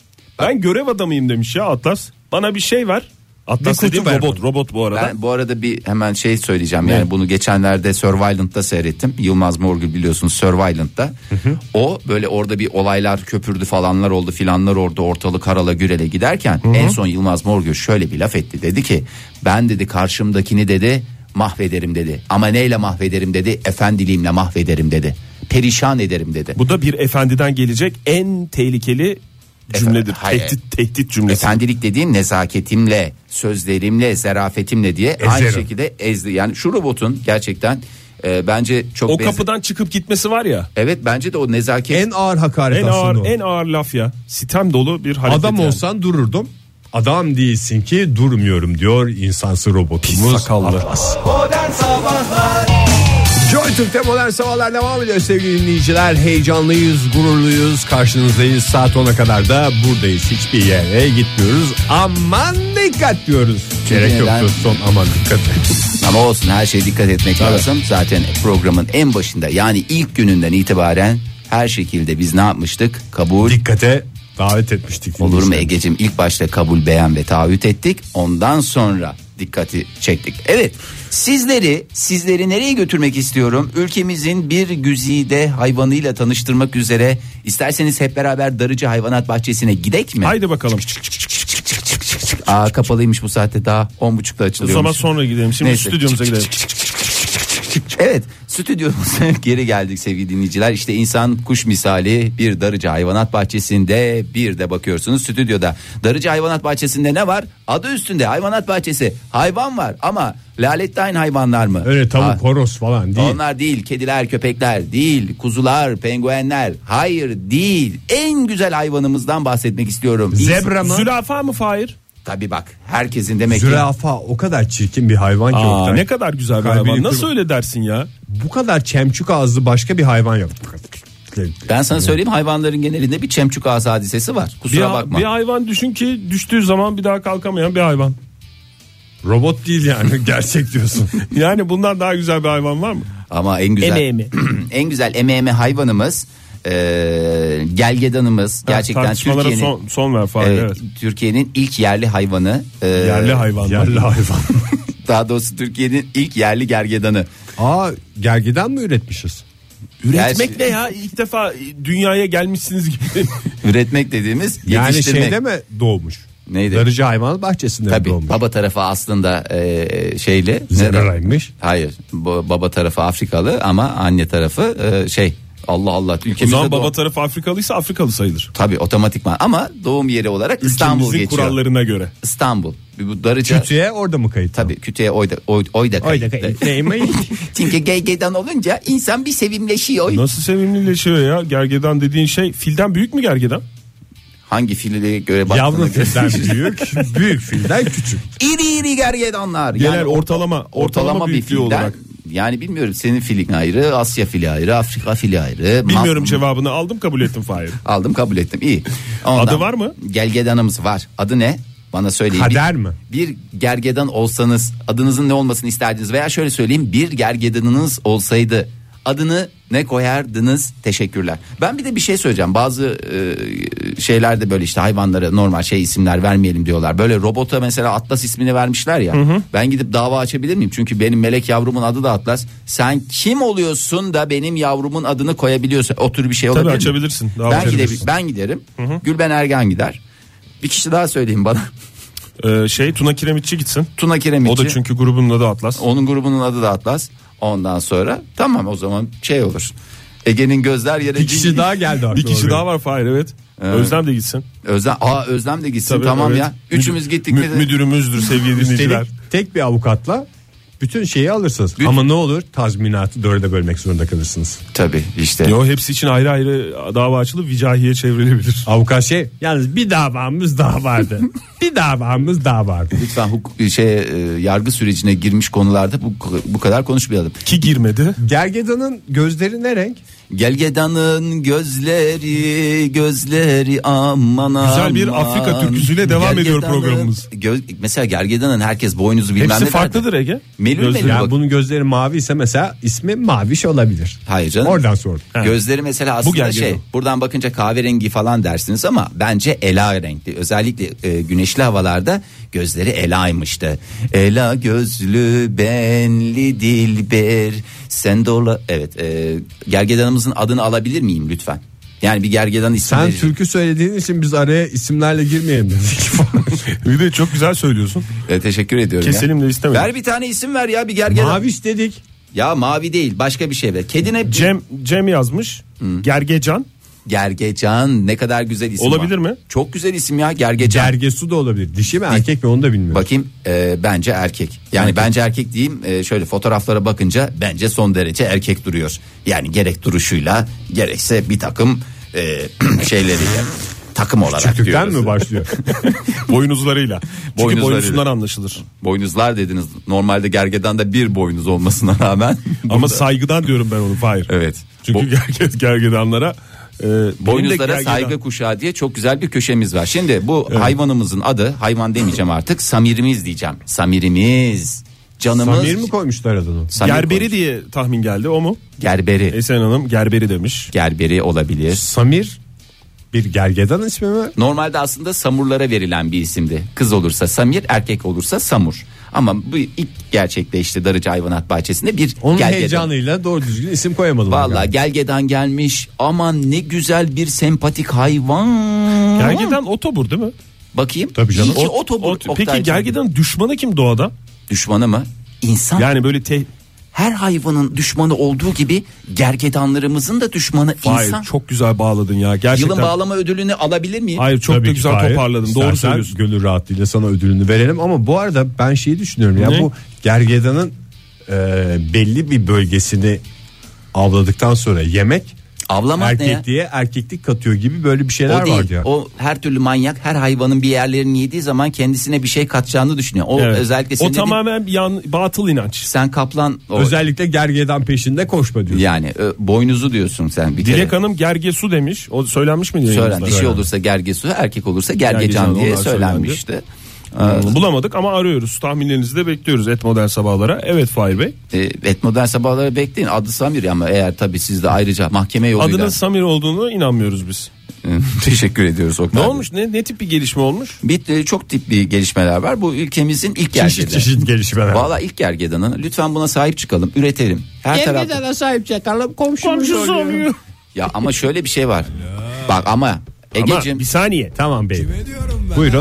Ben görev adamıyım demiş ya Atlas. Bana bir şey ver. Atlas kutu dediğim ver robot, robot bu arada. Ben bu arada bir hemen şey söyleyeceğim. Yani bunu geçenlerde Survivalent'ta seyrettim. Yılmaz Morgül biliyorsunuz, Survivalent'ta. O böyle orada bir olaylar köpürdü falanlar oldu filanlar oldu, ortalık harala gürele giderken en son Yılmaz Morgül şöyle bir laf etti. Dedi ki ben dedi karşımdakini dedi mahvederim dedi. Ama neyle mahvederim dedi? Efendiliğimle mahvederim dedi. Perişan ederim dedi. Bu da bir efendiden gelecek en tehlikeli cümledir. hayır. Tehdit, tehdit cümlesi. Efendilik dediğim nezaketimle, sözlerimle, zarafetimle diye aynı Ezerim. şekilde ezdi. Yani şu robotun gerçekten e, bence çok O benze- kapıdan çıkıp gitmesi var ya. Evet, bence de o nezaket. En ağır hakaret En aslında ağır o. en ağır laf ya. Sitem dolu bir hareket. Adam yani. olsan dururdum. Adam değilsin ki durmuyorum diyor insansı robotumuz. Pis sakallı. Atlas. Modern Sabahlar Joy Türk'te modern sabahlar devam ediyor sevgili dinleyiciler. Heyecanlıyız, gururluyuz, karşınızdayız. Saat ona kadar da buradayız. Hiçbir yere gitmiyoruz. Aman dikkat diyoruz. Gerek neden? yoktu son aman dikkat. Ama olsun, her şeye dikkat etmek lazım. Zaten programın en başında, yani ilk gününden itibaren her şekilde biz ne yapmıştık? Kabul. Dikkate davet etmiştik. Olur mu dinleyiciler. Egeciğim? İlk başta kabul, beğen ve taahhüt ettik. Ondan sonra dikkati çektik. Evet, sizleri sizleri nereye götürmek istiyorum? Ülkemizin bir güzide hayvanıyla tanıştırmak üzere. İsterseniz hep beraber Darıcı Hayvanat Bahçesi'ne gidek mi? Haydi bakalım. Aa, kapalıymış bu saatte, daha on buçukta O açılıyormuş. zaman sonra gidelim. Şimdi Neyse. stüdyomuza gidelim. Evet, stüdyomuza geri geldik sevgili dinleyiciler. İşte insan kuş misali bir Darıcı Hayvanat Bahçesi'nde, bir de bakıyorsunuz stüdyoda. Darıcı Hayvanat Bahçesi'nde ne var? Adı üstünde hayvanat bahçesi. Hayvan var ama lalettayn hayvanlar mı? Öyle tavuk, Ha, horoz falan değil. onlar değil, kediler, köpekler değil, kuzular, penguenler. Hayır, değil. En güzel hayvanımızdan bahsetmek istiyorum. Zebra mı? Zürafa mı Fahir? Tabii bak, herkesin demek ki Zürafa o kadar çirkin bir hayvan ki. Aa, Oktay. ne kadar güzel bir Kalbini hayvan. Nasıl kırma. öyle dersin ya? Bu kadar çemçük ağızlı başka bir hayvan yok. ben sana söyleyeyim, hayvanların genelinde bir çemçük ağzı hadisesi var. Bir, Kusura bakma. bir hayvan düşün ki düştüğü zaman bir daha kalkamayan bir hayvan. Robot değil yani, gerçek diyorsun. Yani bundan daha güzel bir hayvan var mı? Ama en güzel Emeğimi. en güzel emeğimi hayvanımız e, gergedanımız. Gerçekten Tartışmalara Türkiye'nin son, son ver Fahir. evet, Evet. Türkiye'nin ilk yerli hayvanı. e, Yerli hayvan. Yerli hayvan. Daha doğrusu Türkiye'nin ilk yerli gergedanı. Aa, gergedan mı üretmişiz? Üretmek Gerçi- ne ya? İlk defa dünyaya gelmişsiniz gibi. Üretmek dediğimiz Yani yetiştirmek. şeyde mi doğmuş? Neydi? Darıcı Hayvanat Bahçesi'nde mi Tabii doğmuş? baba tarafı aslında e, şeyli. Zeraraymış. Hayır, bu, baba tarafı Afrikalı ama anne tarafı e, şey. Allah Allah, O ülkemizde zaman doğum- baba tarafı Afrikalıysa Afrikalı sayılır. Tabii otomatikman, ama doğum yeri olarak İstanbul Ülkemizin geçiyor. kurallarına göre. İstanbul. Bu Darıca. Kütüğe orada mı kayıt? Tabii kütüğe oyda oy, oyda Oyda kayıtlı. kayıt. Çünkü gergedan olunca insan bir sevimleşiyor. Nasıl sevimlileşiyor ya? Gergedan dediğin şey filden büyük mü gergedan? Hangi file göre baktığına Yavru göre. filden büyük, büyük filden küçük. İri iri gergedanlar. Genel orta- ortalama ortalama bir büyüklüğü filden. olarak. Yani bilmiyorum, senin filin ayrı, Asya fili ayrı, Afrika fili ayrı. Bilmiyorum, Mas- cevabını aldım, kabul ettim Fahir. Aldım, kabul ettim, iyi. Ondan Adı var mı? Gergedanımız var. Adı ne? Bana söyleyin. Kader bir, mi? Bir gergedan olsanız adınızın ne olmasını isterdiniz? Veya şöyle söyleyeyim, bir gergedanınız olsaydı adını ne koyardınız? Teşekkürler. Ben bir de bir şey söyleyeceğim. Bazı e, şeylerde böyle işte hayvanlara normal şey isimler vermeyelim diyorlar. Böyle robota mesela Atlas ismini vermişler ya. Hı hı. Ben gidip dava açabilir miyim? Çünkü benim melek yavrumun adı da Atlas. Sen kim oluyorsun da benim yavrumun adını koyabiliyorsun? O tür bir şey olabilir Tabii mi? açabilirsin. Dava Ben, açabilirsin. gidebil- ben giderim. Hı hı. Gülben Ergen gider. Bir kişi daha söyleyeyim bana. Ee, şey Tuna Kiremitçi gitsin. Tuna Kiremitçi. O da çünkü grubunun adı Atlas. Onun grubunun adı da Atlas. Ondan sonra tamam, o zaman şey olur. Ege'nin gözler yere... Bir kişi daha geldi aklıma. Bir kişi benim. daha var Fahir, evet. Evet. Özlem de gitsin. Özlem, aa Özlem de gitsin. Tabii, tamam evet. ya. Üçümüz Müdür- gittik. mü- mi de- müdürümüzdür sevgili dinleyiciler. Üstelik tek bir avukatla bütün şeyi alırsınız. Bütün- Ama ne olur, tazminatı dörde bölmek zorunda kalırsınız. Tabii işte. Yo, hepsi için ayrı ayrı dava açılıp vicahiye çevrilebilir. Avukat şey, yalnız bir davamız daha vardı. bir davamız daha vardı. Lütfen hukuk şey e, yargı sürecine girmiş konularda bu bu kadar konuşmayalım. Ki girmedi. Gergedanın gözleri ne renk? Gergedanın gözleri gözleri aman aman. Güzel bir Afrika türküsüyle devam ediyor Gergedanın programımız. Göz, mesela gergedanın herkes boynuzu bilmem Hepsi ne farklıdır derdi. Ege. Melül Gözleri- melül Yani bak. bunun gözleri mavi ise mesela ismi Maviş olabilir. Hayır canım. Oradan sordum. Gözleri mesela Bu aslında gergedan. şey, buradan bakınca kahverengi falan dersiniz ama bence ela renkli. Özellikle e, güneşli havalarda gözleri ela'ymıştı. Ela gözlü benli dilber sen de ola. Evet, e, gergedanımızın adını alabilir miyim lütfen? Yani bir gergedan ismi Sen verecek. türkü söylediğin için biz araya isimlerle girmeyelim dedik. Bir de çok güzel söylüyorsun. E, teşekkür ediyorum Keselim ya. de istemedim. Ver bir tane isim ver ya, bir gergedan. Maviş dedik. Ya mavi değil, başka bir şey ver. Kedine Cem Cem yazmış. Gergecan. Gergecan, ne kadar güzel isim. Olabilir var. mi? Çok güzel isim ya, Gergecan. Gergesu da olabilir. Dişi mi erkek mi onu da bilmiyorum. Bakayım, e, bence erkek. Yani Erkek. bence erkek diyeyim, e, şöyle fotoğraflara bakınca bence son derece erkek duruyor. Yani gerek duruşuyla gerekse bir takım e, şeyleriyle takım olarak Küçüklükten diyoruz. mi başlıyor? Boynuzlarıyla. Çünkü Boynuzlarıyla. boynuzundan anlaşılır. Boynuzlar dediniz. Normalde gergedanda bir boynuz olmasına rağmen. Ama burada- saygıdan diyorum ben onu Fahir. Evet. Çünkü Bo- gerge, gergedanlara e, benim de Boynuzlara gergedan- saygı kuşağı diye çok güzel bir köşemiz var. Şimdi bu hayvanımızın adı, hayvan demeyeceğim artık, Samirimiz diyeceğim. Samirimiz. Canımız. Samir mi koymuşlar adını? Samir Gerberi koymuş. diye tahmin geldi, o mu? Gerberi. Esen Hanım Gerberi demiş. Gerberi olabilir. Samir bir gergedan ismi mi? Normalde aslında samurlara verilen bir isimdi. Kız olursa Samir, erkek olursa Samur. Ama bu ilk gerçekleşti Darıcı Hayvanat Bahçesi'nde bir Onun gergedan. heyecanıyla doğru düzgün isim koyamadılar. Vallahi galiba. gergedan gelmiş. Aman ne güzel bir sempatik hayvan. Gergedan otobur değil mi? Bakayım. Tabii canım. İyi ki Ot- otobur. ot- Oktay Peki canım. gergedan düşmanı kim doğada? Düşmanı mı? İnsan. Yani böyle te Her hayvanın düşmanı olduğu gibi gergedanlarımızın da düşmanı Hayır, insan. çok güzel bağladın ya gerçekten. Yılın bağlama ödülünü alabilir miyim? Hayır, çok Tabii da ki, güzel hayır. toparladın. Doğru İstersen söylüyorsun. gönül rahatlığıyla sana ödülünü verelim ama bu arada ben şeyi düşünüyorum ya, Ne? bu gergedanın e, belli bir bölgesini avladıktan sonra yemek Avlamak ne ya? erkekliğe erkeklik katıyor gibi böyle bir şeyler O değil. vardı ya. O her türlü manyak, her hayvanın bir yerlerini yediği zaman kendisine bir şey katacağını düşünüyor. O Evet. özellikle O senin dediğin- tamamen bir yan, batıl inanç. sen kaplan o, Özellikle gergedan peşinde koşma diyor. yani ö, boynuzu diyorsun sen bir Dilek kere. Hanım gergesu demiş. O söylenmiş mi? Söylen, yayınımızda? dişi olursa gergesu, erkek olursa gergecan Gergecan, diye onlar söylenmişti. Hmm, Bulamadık ama arıyoruz. Tahminlerinizi de bekliyoruz et modern sabahlara. Evet Fahir Bey. E, et modern sabahları bekleyin. Adı Samir ama eğer tabii siz de ayrıca mahkeme yoluyla. Adının Samir olduğunu inanmıyoruz biz. Teşekkür ediyoruz Oktay Ne Bey. olmuş? Ne, ne tip bir gelişme olmuş? Bir, e, çok tipli gelişmeler var. Bu ülkemizin ilk Çeşit gergedanı. çeşit gelişmeler. Valla ilk gergedanı. Lütfen buna sahip çıkalım. Üretelim. Her tarafta. Gergedana sahip çıkalım, komşumuz Komşusu oluyor. oluyor. Ya ama şöyle bir şey var. Bak ama Ama Egeciğim. bir saniye. Tamam bey. Buyurun.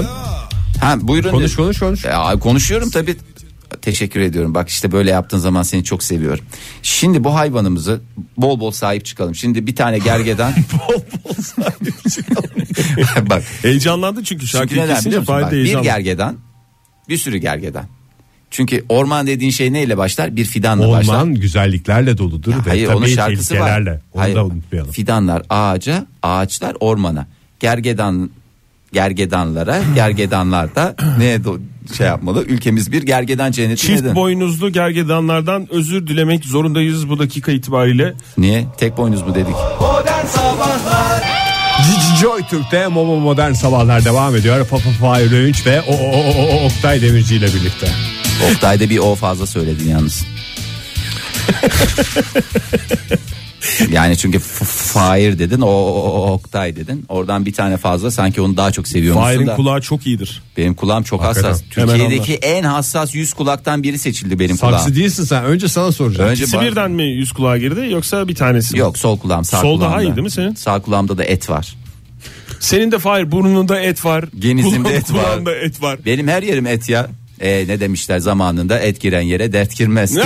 Ha buyurun. Konuş konuş konuş. Ya, konuşuyorum tabii. Teşekkür ediyorum. Bak işte böyle yaptığın zaman seni çok seviyorum. Şimdi bu hayvanımızı bol bol sahip çıkalım. Şimdi bir tane gergedan. Bol bol sahip çıkalım. Bak. Heyecanlandı çünkü şarkıyı Çünkü neden kesince biliyor musun? Fahir Bak, de bir heyecanlandı. gergedan, bir sürü gergedan. Çünkü orman dediğin şey neyle başlar? Bir fidanla başlar. Orman güzelliklerle doludur Ya ve hayır, onun tabii şarkısı var. tehlikelerle. Onu Hayır, da unutmayalım. Fidanlar ağaca, ağaçlar ormana. Gergedan gergedanlara, gergedanlar da neye do- şey yapmalı? Ülkemiz bir gergedan cenneti. Çift neden? boynuzlu gergedanlardan özür dilemek zorundayız bu dakika itibariyle. Niye? Tek boynuz mu dedik? Modern Sabahlar Joy Türk'te Momo Modern Sabahlar devam ediyor. Papa Fahir Öğünç ve o, o, o, o, Oktay Demirci ile birlikte. Oktay'da bir o fazla söyledin yalnız. Yani çünkü Fahir dedin, o, o Oktay dedin. Oradan bir tane fazla, sanki onu daha çok seviyormuşsun da. Fahir'in kulağı çok iyidir. Benim kulağım çok Hakikaten. hassas. Türkiye'deki en hassas yüz kulaktan biri seçildi benim kulağım. Saksı değilsin sen. Önce sana soracağım. Önce İkisi bak- birden mi yüz kulağa girdi yoksa bir tanesi mi? Yok, sol kulağım, sağ Sol kulağımda. daha iyi değil mi senin? Sağ kulağımda da et var. Senin de Fahir burnunda et var. Genizimde kulağın- et var. kulağında et var. Benim her yerim et ya. E, ne demişler zamanında, et giren yere dert girmez.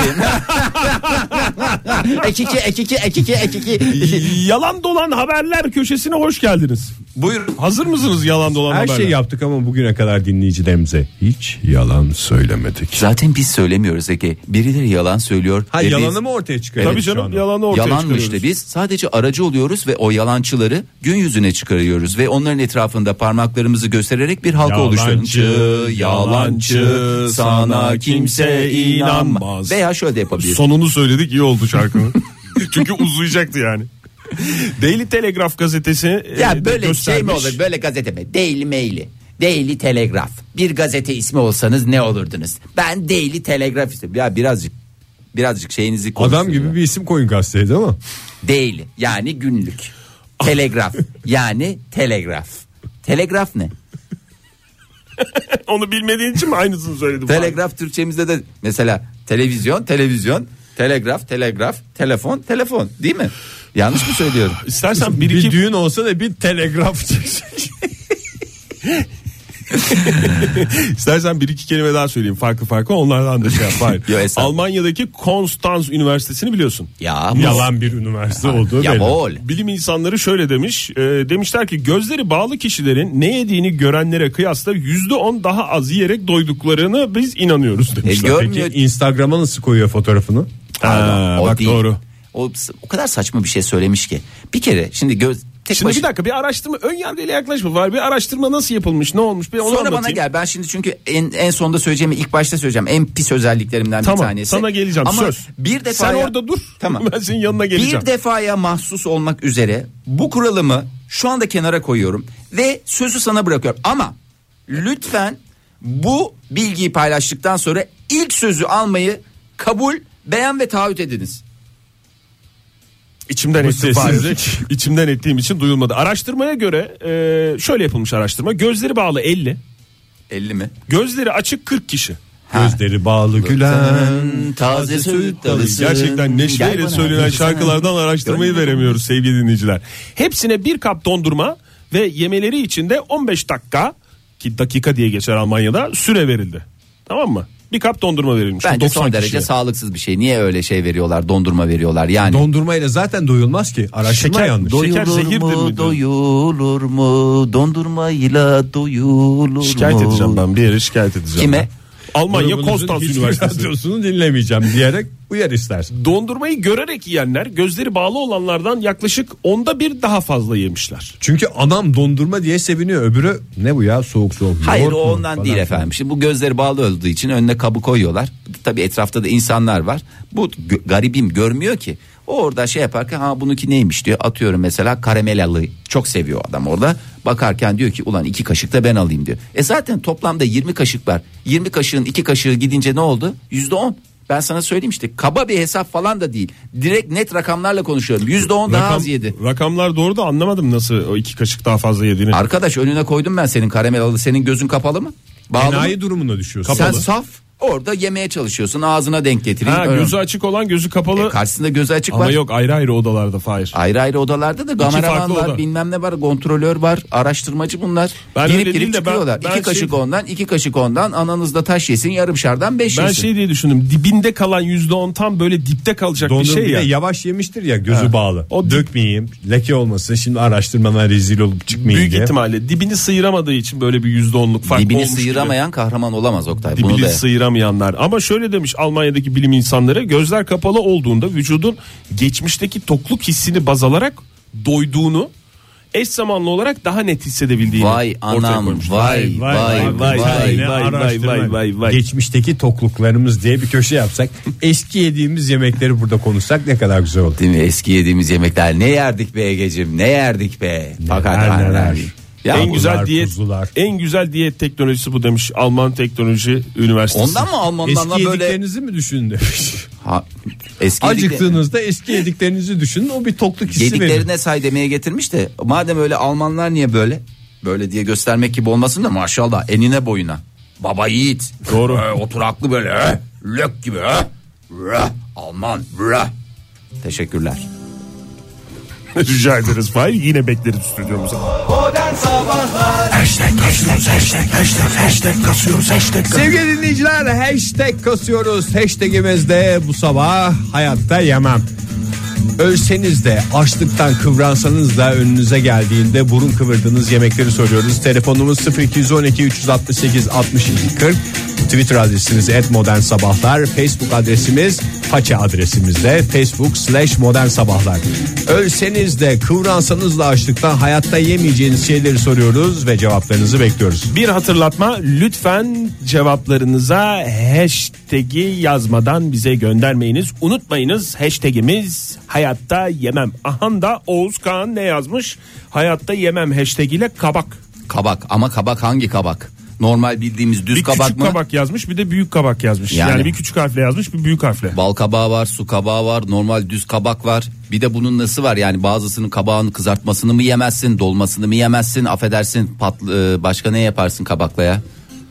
ekiki ekiki ekiki ekiki. Yalan dolan haberler köşesine hoş geldiniz. Buyurun. Hazır mısınız yalan dolan Her haberler? şeyi yaptık ama bugüne kadar dinleyicilerimize hiç yalan söylemedik. Zaten biz söylemiyoruz Ege. Birileri yalan söylüyor. Ha, ve yalanı biz- mı ortaya çıkarıyoruz? Tabii şu canım, anda? yalanı ortaya Yalan mı çıkarıyoruz. işte, biz sadece aracı oluyoruz ve o yalancıları gün yüzüne çıkarıyoruz ve onların etrafında parmaklarımızı göstererek bir halka Yalancı, oluşturuyoruz. Yalancı, sana kimse inanmaz. Veya şöyle de yapabiliriz. Sonunu söyledik, iyi oldu şarkının. Çünkü uzayacaktı yani. Daily Telegraph gazetesi Ya e, böyle göstermiş. şey mi olur, böyle gazete mi? Daily Mail'i. Daily Telegraph. Bir gazete ismi olsanız ne olurdunuz? Ben Daily Telegraph istedim. Ya birazcık birazcık şeyinizi konuşun. Adam gibi bir isim koyun gazeteye, değil mi? Daily yani günlük. Telegraf yani telegraf. Telegraf ne? Onu bilmediğin için mi aynısını söyledim? Telegraf Türkçemizde de mesela televizyon, televizyon, telegraf, telegraf, telefon, telefon, değil mi? Yanlış mı söylüyorum? İstersen bir Bir iki düğün olsa da bir telegraf çıksın. İstersen bir iki kelime daha söyleyeyim farklı farklı, onlardan da şey yap. Hayır. Yo, esas- Almanya'daki Konstanz Üniversitesi'ni biliyorsun. Ya Yalan bir üniversite olduğu ya belli. bol. Bilim insanları şöyle demiş, e, demişler ki gözleri bağlı kişilerin ne yediğini görenlere kıyasla yüzde on daha az yiyerek doyduklarını biz inanıyoruz demişler. E, görmüyor. Peki Instagram'a nasıl koyuyor fotoğrafını? Ha, o bak değil. doğru. O, o kadar saçma bir şey söylemiş ki. Bir kere şimdi göz tek Şimdi başı- bir dakika, bir araştırma, ön yargıyla yaklaşma var. Bir araştırma nasıl yapılmış, ne olmuş, bir onu Sonra anlatayım. bana gel. Ben şimdi çünkü en en sonda söyleyeceğimi ilk başta söyleyeceğim. En pis özelliklerimden Tamam, bir tanesi. sana geleceğim, Ama söz. bir defa Sen orada dur. Tamam. Ben senin yanına geleceğim. Bir defaya mahsus olmak üzere bu kuralımı şu anda kenara koyuyorum ve sözü sana bırakıyorum. Ama lütfen bu bilgiyi paylaştıktan sonra ilk sözü almayı kabul, beğen ve taahhüt ediniz. İçimden Bu ettiğim, sessizlik. içimden ettiğim için duyulmadı. Araştırmaya göre e, şöyle yapılmış araştırma. Gözleri bağlı elli, elli mi? gözleri açık kırk kişi. Gözleri bağlı gülen. Taze süt dalısın. Gerçekten Gel neşveyle bana, söylenen gel şarkılardan sana. araştırmayı Gönlüm. veremiyoruz sevgili dinleyiciler. Hepsine bir kap dondurma ve yemeleri için de on beş dakika, ki dakika diye geçer Almanya'da, süre verildi. Tamam mı? Bir kap dondurma verilmiş. Bence doksan son derece kişiye. sağlıksız bir şey. Niye öyle şey veriyorlar, dondurma veriyorlar yani? Dondurmayla zaten doyulmaz ki. Araştırma Şeker- yanlış. doy- Şeker Doyulur zehirdir mu, mi diyor? doyulur mu, dondurmayla doyulur Şikayet mu? edeceğim ben, bir yere şikayet edeceğim. Kime? ben. Almanya Grubunuzun Konstanz hiçbir Üniversitesi. radyosunu dinlemeyeceğim diyerek uyar istersin. Dondurmayı görerek yiyenler gözleri bağlı olanlardan yaklaşık onda bir daha fazla yemişler. Çünkü adam dondurma diye seviniyor. Öbürü ne bu ya, soğuk soğuk. Hayır, yoğurt o mu ondan falan değil filan. efendim. Şimdi bu gözleri bağlı olduğu için önüne kabı koyuyorlar. Tabii etrafta da insanlar var. Bu gö- garibim görmüyor ki. O orada şey yaparken ha bununki neymiş diyor. Atıyorum mesela karamelalı çok seviyor adam orada. Bakarken diyor ki ulan iki kaşık da ben alayım diyor. E zaten toplamda yirmi kaşık var. yirmi kaşığın iki kaşığı gidince ne oldu? yüzde on. Ben sana söyleyeyim işte, kaba bir hesap falan da değil. Direkt net rakamlarla konuşuyorum. yüzde on daha Rakam- az yedi. Rakamlar doğru da anlamadım nasıl o iki kaşık daha fazla yediğini. Arkadaş önüne koydum ben senin karamelalı, senin gözün kapalı mı? Bağlı mı? Enayi durumuna düşüyorsun. Sen saf orada yemeye çalışıyorsun, ağzına denk getireyim. Ha, Öyle. gözü açık olan gözü kapalı. E, karşısında gözü açık Ama var. yok, ayrı ayrı odalarda Fahir. Ayrı ayrı odalarda da kameraman farklı var, oda. bilmem ne var, kontrolör var, araştırmacı bunlar. Ben girip öyle girip değil de ben- çıkıyorlar. ben iki kaşık şey- ondan, iki kaşık ondan, ananızda taş yesin, yarım şardan beş Ben yesin. şey diye düşündüm, dibinde kalan yüzde on tam böyle dipte kalacak bir Dondurma şey bir ya. de yavaş yemiştir ya, gözü Ha. bağlı. O dip- Dökmeyeyim, leke olmasın, şimdi araştırmalar rezil olup çıkmayayım Büyük diye. ihtimalle dibini sıyıramadığı için böyle bir yüzde onluk fark Dibini olmuş gibi. sıyıramayan kahraman olamaz Oktay. Bunu Dibini da. sıyıramayanlar. Ama şöyle demiş Almanya'daki bilim insanları, gözler kapalı olduğunda vücudun geçmişteki tokluk hissini baz alarak doyduğunu, eş zamanlı olarak daha net hissedebildiğini Vay ortaya anam, koymuş. vay vay vay vay. vay vay vay vay vay vay. Geçmişteki tokluklarımız diye bir köşe yapsak, eski yediğimiz yemekleri burada konuşsak ne kadar güzel olur. Değil mi? Eski yediğimiz yemekler ne yerdik be Egeciğim, ne yerdik be. Fakat Neler, neler. Ya en bunlar, güzel diyet kuzular. en güzel diyet teknolojisi bu demiş Alman Teknoloji Üniversitesi. ondan mı Almanlarla Eski böyle yediklerinizi mi düşünün demiş. ha, eski yedikler- Acıktığınızda eski yediklerinizi düşünün, o bir tokluk hissi verir. yediklerine say demeye getirmiş de madem öyle Almanlar niye böyle? Böyle diye göstermek gibi olmasın da maşallah enine boyuna. Baba yiğit. Doğru. Ee, oturaklı böyle. He? Lök gibi. He? Rah, Alman. Rah. Teşekkürler. Rica ederiz Fahir, yine bekleriz stüdyomuza. Modern Sabahlar. Hashtag kasıyoruz, hashtag, hashtag, hashtag kasıyoruz, hashtag kasıyoruz. Sevgili dinleyiciler, hashtag kasıyoruz. Hashtagimizde bu sabah hayatta yemem. Ölseniz de, açlıktan kıvransanız da önünüze geldiğinde burun kıvırdığınız yemekleri soruyoruz. Telefonumuz sıfır iki on iki üç altı sekiz altmış iki kırk. Twitter adresimiz et modern sabahlar. Facebook adresimiz faça adresimizde facebook slash modern sabahlar. Ölseniz de, kıvransanız da açlıktan hayatta yemeyeceğiniz şeyleri soruyoruz ve cevaplarınızı bekliyoruz. Bir hatırlatma, lütfen cevaplarınıza hashtag'i yazmadan bize göndermeyiniz. Unutmayınız, hashtag'imiz hayatta yemem. Aha da Oğuz Kağan ne yazmış? Hayatta yemem hashtag ile kabak. Kabak ama kabak hangi kabak? Normal bildiğimiz düz Bir kabak küçük mı? kabak yazmış, bir de büyük kabak yazmış. Yani- Yani, bir küçük harfle yazmış, bir büyük harfle. Bal kabağı var, su kabağı var, normal düz kabak var. Bir de bunun nesi var yani, bazısının kabağını kızartmasını mı yemezsin, dolmasını mı yemezsin, affedersin patlı, başka ne yaparsın kabakla ya?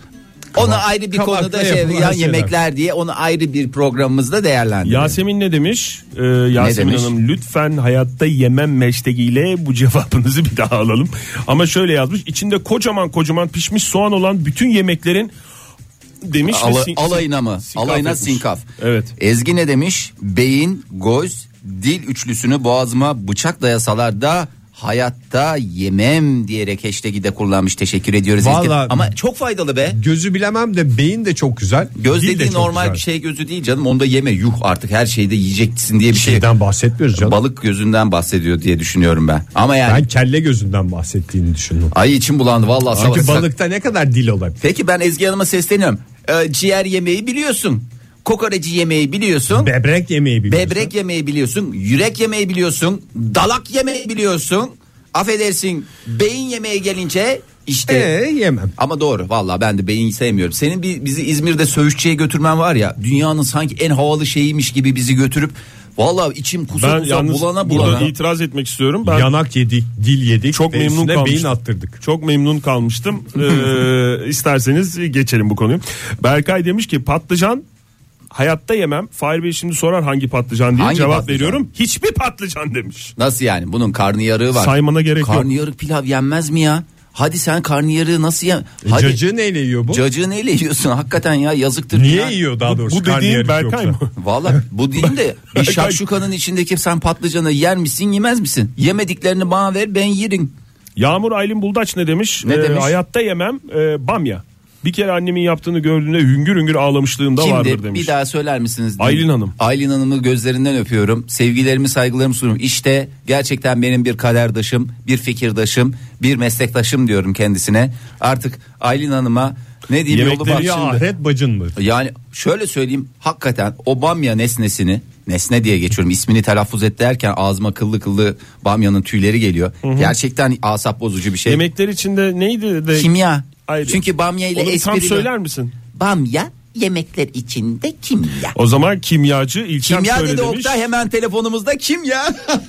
Onu ayrı bir kabakla konuda şey yapılan yan şeyler. yemekler diye onu ayrı bir programımızda değerlendirelim. Yasemin ne demiş? Ee, Yasemin demiş? Hanım, lütfen hayatta yemem hashtag ile bu cevabınızı bir daha alalım. Ama şöyle yazmış: içinde kocaman kocaman pişmiş soğan olan bütün yemeklerin demiş. ve Ala- sin- alayına mı? sinkaf Alayına etmiş. sinkaf. Evet. Ezgi ne demiş? Beyin, göz, dil üçlüsünü boğazıma bıçak dayasalar da hayatta yemem diyerek hashtag'i de kullanmış. Teşekkür ediyoruz Ezgi. Vallahi- Ama çok faydalı be. Gözü bilemem de beyin de çok güzel. Göz dil de dediğin çok normal güzel. bir şey gözü değil canım. Onu da yeme, yuh artık her şeyde yiyeceksin diye bir şey. Şeyden bahsetmiyoruz canım. Balık gözünden bahsediyor diye düşünüyorum ben. Ama yani Ben kelle gözünden bahsettiğini düşündüm. ay içim bulandı vallahi. Çünkü sabah- balıkta ne kadar dil olabilir? Peki ben Ezgi Hanım'a sesleniyorum. Ee, ciğer yemeği biliyorsun. Kokoreci yemeği biliyorsun. Bebrek yemeği biliyorsun. Bebrek yemeği biliyorsun. Yürek yemeği biliyorsun. Dalak yemeği biliyorsun. Affedersin, beyin yemeği gelince işte. Ee, yemem. Ama doğru, vallahi ben de beyin sevmiyorum. Senin bir, bizi İzmir'de söğüşçüye götürmen var ya, dünyanın sanki en havalı şeyiymiş gibi bizi götürüp vallahi içim kusa Ben kusa yalnız bulana burada bulana. itiraz etmek istiyorum. Ben Yanak yedik, dil yedik. çok ve memnun üstüne kalmıştım. beyin attırdık. Çok memnun kalmıştım. Ee, isterseniz geçelim bu konuyu. Berkay demiş ki patlıcan hayatta yemem. Fahir Bey şimdi sorar hangi patlıcan diye, Hangi cevap patlıcan? veriyorum. Hiçbir patlıcan demiş. Nasıl yani, bunun karnıyarığı var. Saymana gerek yok. Karnıyarık pilav yenmez mi ya? Hadi sen karnıyarığı nasıl ye? E, Hadi. Cacığı neyle yiyor bu? Cacığı neyle yiyorsun hakikaten ya, yazıktır. Niye ya. yiyor daha doğrusu? Bu dediğin karnıyarık Berkay yoksa? mı? Valla bu değil de bir Berkay- şakşukanın içindeki sen patlıcanı yer misin yemez misin? Yemediklerini bana ver, ben yerim. Yağmur Aylin Buldaç ne demiş? Ne demiş? Hayatta yemem e, bamya. Bir kere annemin yaptığını gördüğünde hüngür hüngür ağlamışlığım da vardır Şimdi demiş. bir daha söyler misiniz? Aylin Hanım. Aylin Hanım'ı gözlerinden öpüyorum. Sevgilerimi, saygılarımı sunuyorum. İşte gerçekten benim bir kaderdaşım, bir fikirdaşım, bir meslektaşım diyorum kendisine. Artık Aylin Hanım'a ne diyeyim, yolu Yemekleri bak Ya şimdi. ahiret bacın mı? Yani şöyle söyleyeyim, hakikaten o bamya nesnesini, nesne diye geçiyorum, ismini telaffuz et derken ağzıma kıllı kıllı bamyanın tüyleri geliyor. Gerçekten asap bozucu bir şey. Yemekler içinde neydi de? Kimya. Ayrı. Çünkü bamya ile Onu tam esprili. söyler misin? Bamya yemekler içinde kimya. O zaman kimyacı İlkem Kimya söyle dedi demiş. Oktay, hemen telefonumuzda kimya.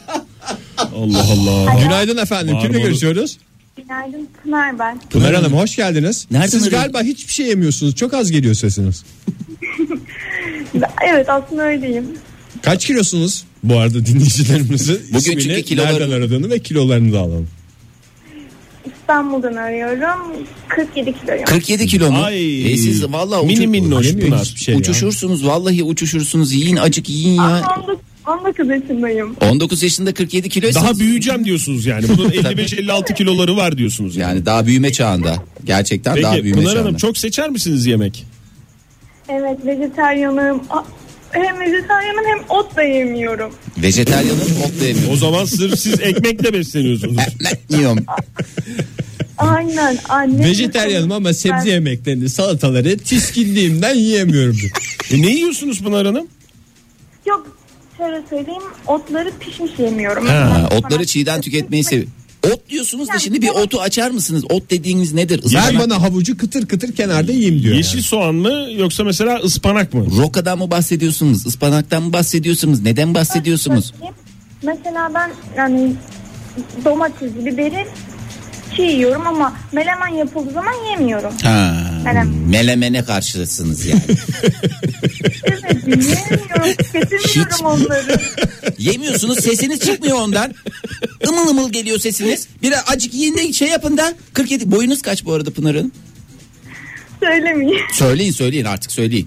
Allah Allah. Günaydın efendim. Var Kimle mı? görüşüyoruz? Günaydın Pınar ben. Pınar Hanım hoş geldiniz. Nereden Siz arıyorsun? galiba hiçbir şey yemiyorsunuz. Çok az geliyor sesiniz. Evet aslında öyleyim. Kaç kilosunuz? Bu arada dinleyicilerimizin Bugün ismini, çünkü kiloları- nereden aradığını ve kilolarını da alalım. İstanbul'dan arıyorum. kırk yedi kiloyum. kırk yedi kilo mu? Ay. E siz vallahi Mini uçu- minnoş Yemiyor Pınar. hiçbir şey ya. uçuşursunuz, vallahi uçuşursunuz. Yiyin, acık yiyin ya. on dokuz, on dokuz yaşındayım. on dokuz yaşında kırk yedi kiloysanız. Daha büyüyeceğim diyorsunuz yani. Bunun elli beş elli altı kiloları var diyorsunuz. Yani. Yani daha büyüme çağında. Gerçekten daha Peki büyüme Pınar çağında. Hanım çok seçer misiniz yemek? Evet vejetaryanım. A- hem vejetaryenim hem ot da yemiyorum. Vejetaryanın ot da yemiyor. O zaman sırf siz ekmekle besleniyorsunuz. Yiyorum. Aynen. Annem Vejeteryanım ama sebze yemeklerini, salataları tiskinliğimden yiyemiyorum. E ne yiyorsunuz Pınar Hanım? Yok, şöyle söyleyeyim, otları pişmiş yemiyorum. Ha, otları çiğden tüketmeyi seviyorum. Ot diyorsunuz da şimdi bir otu açar mısınız? Ot dediğiniz nedir? Ver Ispanak. bana havucu kıtır kıtır kenarda yiyeyim diyor. Yeşil yani. soğan mı yoksa mesela ıspanak mı? Rokadan mı bahsediyorsunuz? Ispanaktan mı bahsediyorsunuz? Neden bahsediyorsunuz? Mesela ben yani domatesi, biberi çiğ yiyorum ama melemen yapıldığı zaman yemiyorum. Ha, Menemen. melemene karşısınız yani. Evet, yemiyorum. Getirmiyorum Hiç- onları. Yemiyorsunuz, sesiniz çıkmıyor ondan. Imıl ımıl geliyor sesiniz. Bir acık yiyin de şey yapın da. kırk yedi boyunuz kaç bu arada Pınar'ın? Söylemeyeyim. Söyleyin söyleyin artık söyleyin.